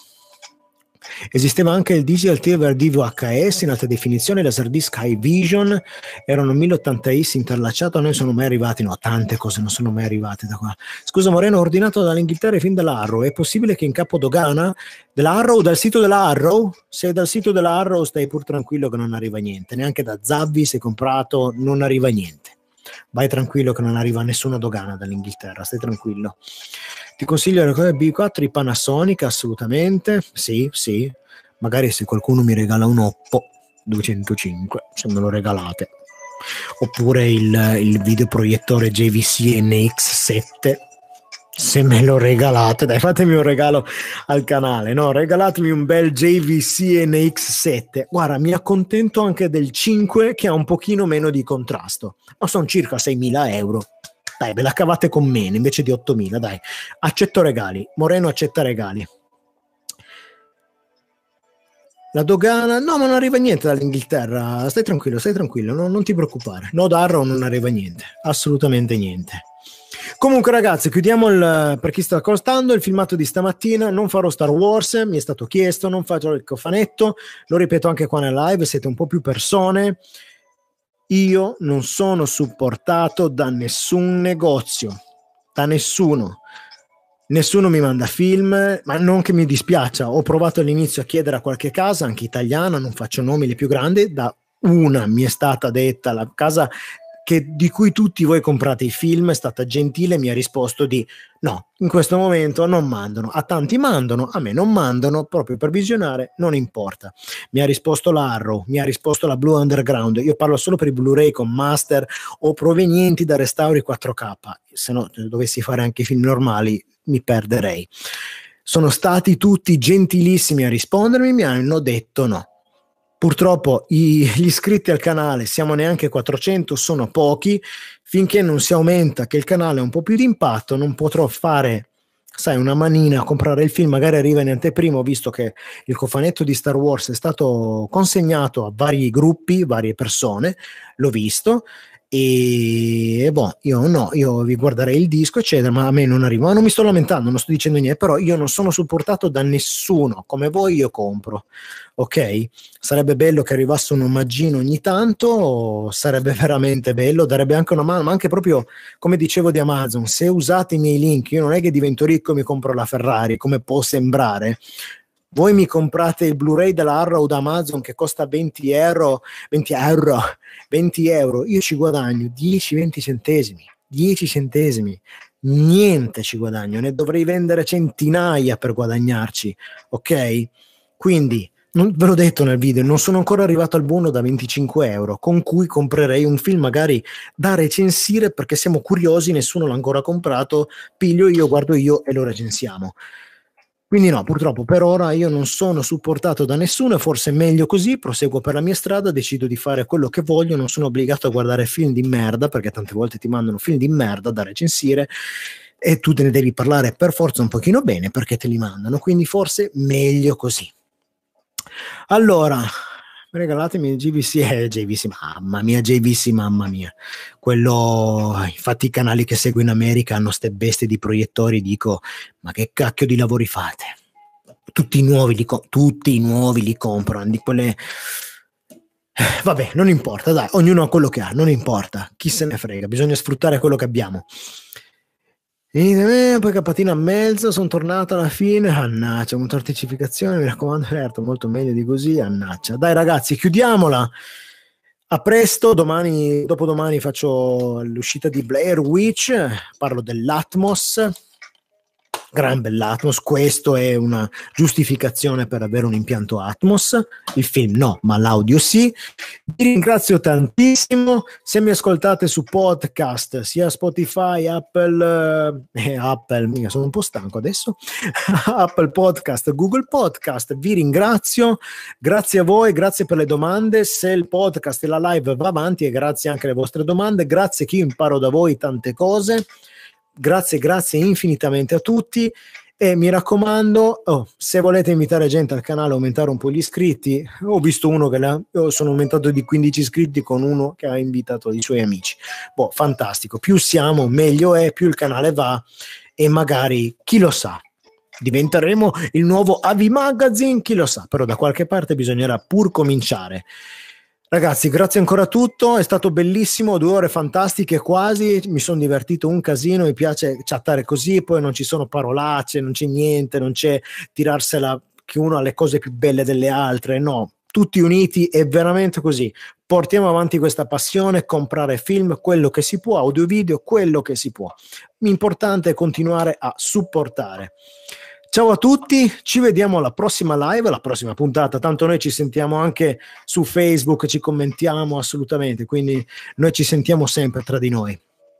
A: esisteva anche il Digital TV DVHS in alta definizione, Laserdisc High Vision, erano 1080x interlacciato, a noi sono mai arrivati, no, tante cose non sono mai arrivate da qua. Scusa Moreno, ho ordinato dall'Inghilterra i film della Arrow, è possibile che in capo dogana della Arrow, dal sito della Arrow? Se dal sito della Arrow stai pur tranquillo che non arriva niente, neanche da Zavvi se comprato non arriva niente. Vai tranquillo che non arriva nessuna dogana dall'Inghilterra, stai tranquillo. Ti consiglio le cose B4 i Panasonic, assolutamente, sì, magari se qualcuno mi regala un Oppo 205, se me lo regalate, oppure il videoproiettore JVC NX7, se me lo regalate, dai, fatemi un regalo al canale, no, regalatemi un bel JVC NX7, guarda, mi accontento anche del 5 che ha un pochino meno di contrasto, ma sono circa 6.000 euro, dai, ve la cavate con me invece di 8.000, dai, accetto regali, Moreno accetta regali. La dogana, no, ma non arriva niente dall'Inghilterra, stai tranquillo, non ti preoccupare, no, da Arrow non arriva niente, assolutamente niente. Comunque ragazzi, chiudiamo per chi sta accostando il filmato di stamattina. Non farò Star Wars, mi è stato chiesto, non faccio il cofanetto, lo ripeto anche qua nel live, siete un po' più persone. Io non sono supportato da nessun negozio, da nessuno mi manda film, ma non che mi dispiaccia, ho provato all'inizio a chiedere a qualche casa, anche italiana, non faccio nomi, le più grandi, da una mi è stata detta, la casa di cui tutti voi comprate i film, è stata gentile, mi ha risposto di no, in questo momento non mandano, a tanti mandano, a me non mandano, proprio per visionare non importa. Mi ha risposto la Arrow, mi ha risposto la Blue Underground, io parlo solo per i Blu-ray con master o provenienti da restauri 4K, se no dovessi fare anche i film normali mi perderei. sono stati tutti gentilissimi a rispondermi, mi hanno detto no. Purtroppo gli iscritti al canale, siamo neanche 400, sono pochi, finché non si aumenta, che il canale ha un po' più di impatto, non potrò fare, sai, una manina a comprare il film, magari arriva in anteprima, visto che il cofanetto di Star Wars è stato consegnato a vari gruppi, varie persone, l'ho visto, e boh, io vi guarderei il disco eccetera, ma a me non arriva, ma non mi sto lamentando, non sto dicendo niente, però io non sono supportato da nessuno, come voi io compro, ok? Sarebbe bello che arrivasse un omaggino ogni tanto, sarebbe veramente bello, darebbe anche una mano, ma anche proprio come dicevo di Amazon, se usate i miei link, io non è che divento ricco e mi compro la Ferrari, come può sembrare. Voi mi comprate il Blu-ray della Arrow da Amazon che costa 20 euro, 20 euro, io ci guadagno 10-20 centesimi, 10 centesimi, niente ci guadagno, ne dovrei vendere centinaia per guadagnarci, ok? Quindi, ve l'ho detto nel video, non sono ancora arrivato al buono da 25 euro, con cui comprerei un film magari da recensire perché siamo curiosi, nessuno l'ha ancora comprato, piglio io, guardo io e lo recensiamo. Quindi no, purtroppo per ora io non sono supportato da nessuno, forse è meglio così, proseguo per la mia strada, decido di fare quello che voglio, non sono obbligato a guardare film di merda, perché tante volte ti mandano film di merda da recensire e tu te ne devi parlare per forza un pochino bene perché te li mandano, quindi forse meglio così. Allora, regalatemi il JVC, mamma mia, quello, infatti i canali che seguo in America hanno ste bestie di proiettori, dico, ma che cacchio di lavori fate? Tutti i nuovi li comprano, di quelle... Vabbè, non importa, dai, ognuno ha quello che ha, non importa, chi se ne frega, bisogna sfruttare quello che abbiamo. E poi capatina a mezzo, sono tornato alla fine, annaccia, con certificazione, mi raccomando, certo, molto meglio di così, annaccia. Dai ragazzi, chiudiamola, a presto, dopodomani faccio l'uscita di Blair Witch, parlo dell'Atmos, gran bell'Atmos, questo è una giustificazione per avere un impianto Atmos, il film no, ma l'audio sì. Vi ringrazio tantissimo, se mi ascoltate su podcast, sia Spotify, Apple, mica sono un po' stanco adesso, Apple Podcast, Google Podcast, vi ringrazio, grazie a voi, grazie per le domande, se il podcast e la live va avanti e grazie anche alle vostre domande, grazie che io imparo da voi tante cose. Grazie infinitamente a tutti e mi raccomando, se volete invitare gente al canale, aumentare un po' gli iscritti, ho visto uno che io sono aumentato di 15 iscritti con uno che ha invitato i suoi amici, fantastico, più siamo meglio è, più il canale va e magari, chi lo sa, diventeremo il nuovo Avi Magazine, chi lo sa, però da qualche parte bisognerà pur cominciare. Ragazzi, grazie ancora a tutto, è stato bellissimo, 2 ore fantastiche quasi, mi sono divertito un casino, mi piace chattare così, poi non ci sono parolacce, non c'è niente, non c'è tirarsela che uno ha le cose più belle delle altre, no, tutti uniti, è veramente così, portiamo avanti questa passione, comprare film, quello che si può, audio video, quello che si può, l'importante è continuare a supportare. Ciao a tutti, ci vediamo alla prossima live, alla prossima puntata, tanto noi ci sentiamo anche su Facebook, ci commentiamo assolutamente, quindi noi ci sentiamo sempre tra di noi.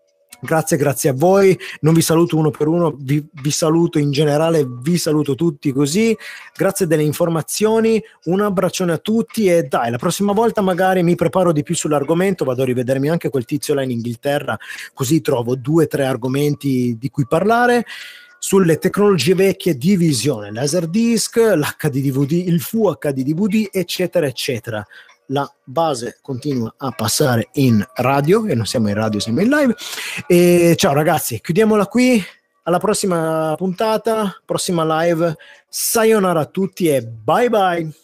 A: Grazie a voi, non vi saluto uno per uno, vi saluto in generale, vi saluto tutti così, grazie delle informazioni, un abbraccione a tutti e dai, la prossima volta magari mi preparo di più sull'argomento, vado a rivedermi anche quel tizio là in Inghilterra, così trovo 2 o 3 argomenti di cui parlare. Sulle tecnologie vecchie di visione, Laserdisc, l'HD DVD, il FHD DVD, eccetera, eccetera. La base continua a passare in radio, e non siamo in radio, siamo in live. E ciao ragazzi, chiudiamola qui, alla prossima puntata, prossima live. Sayonara a tutti e bye bye!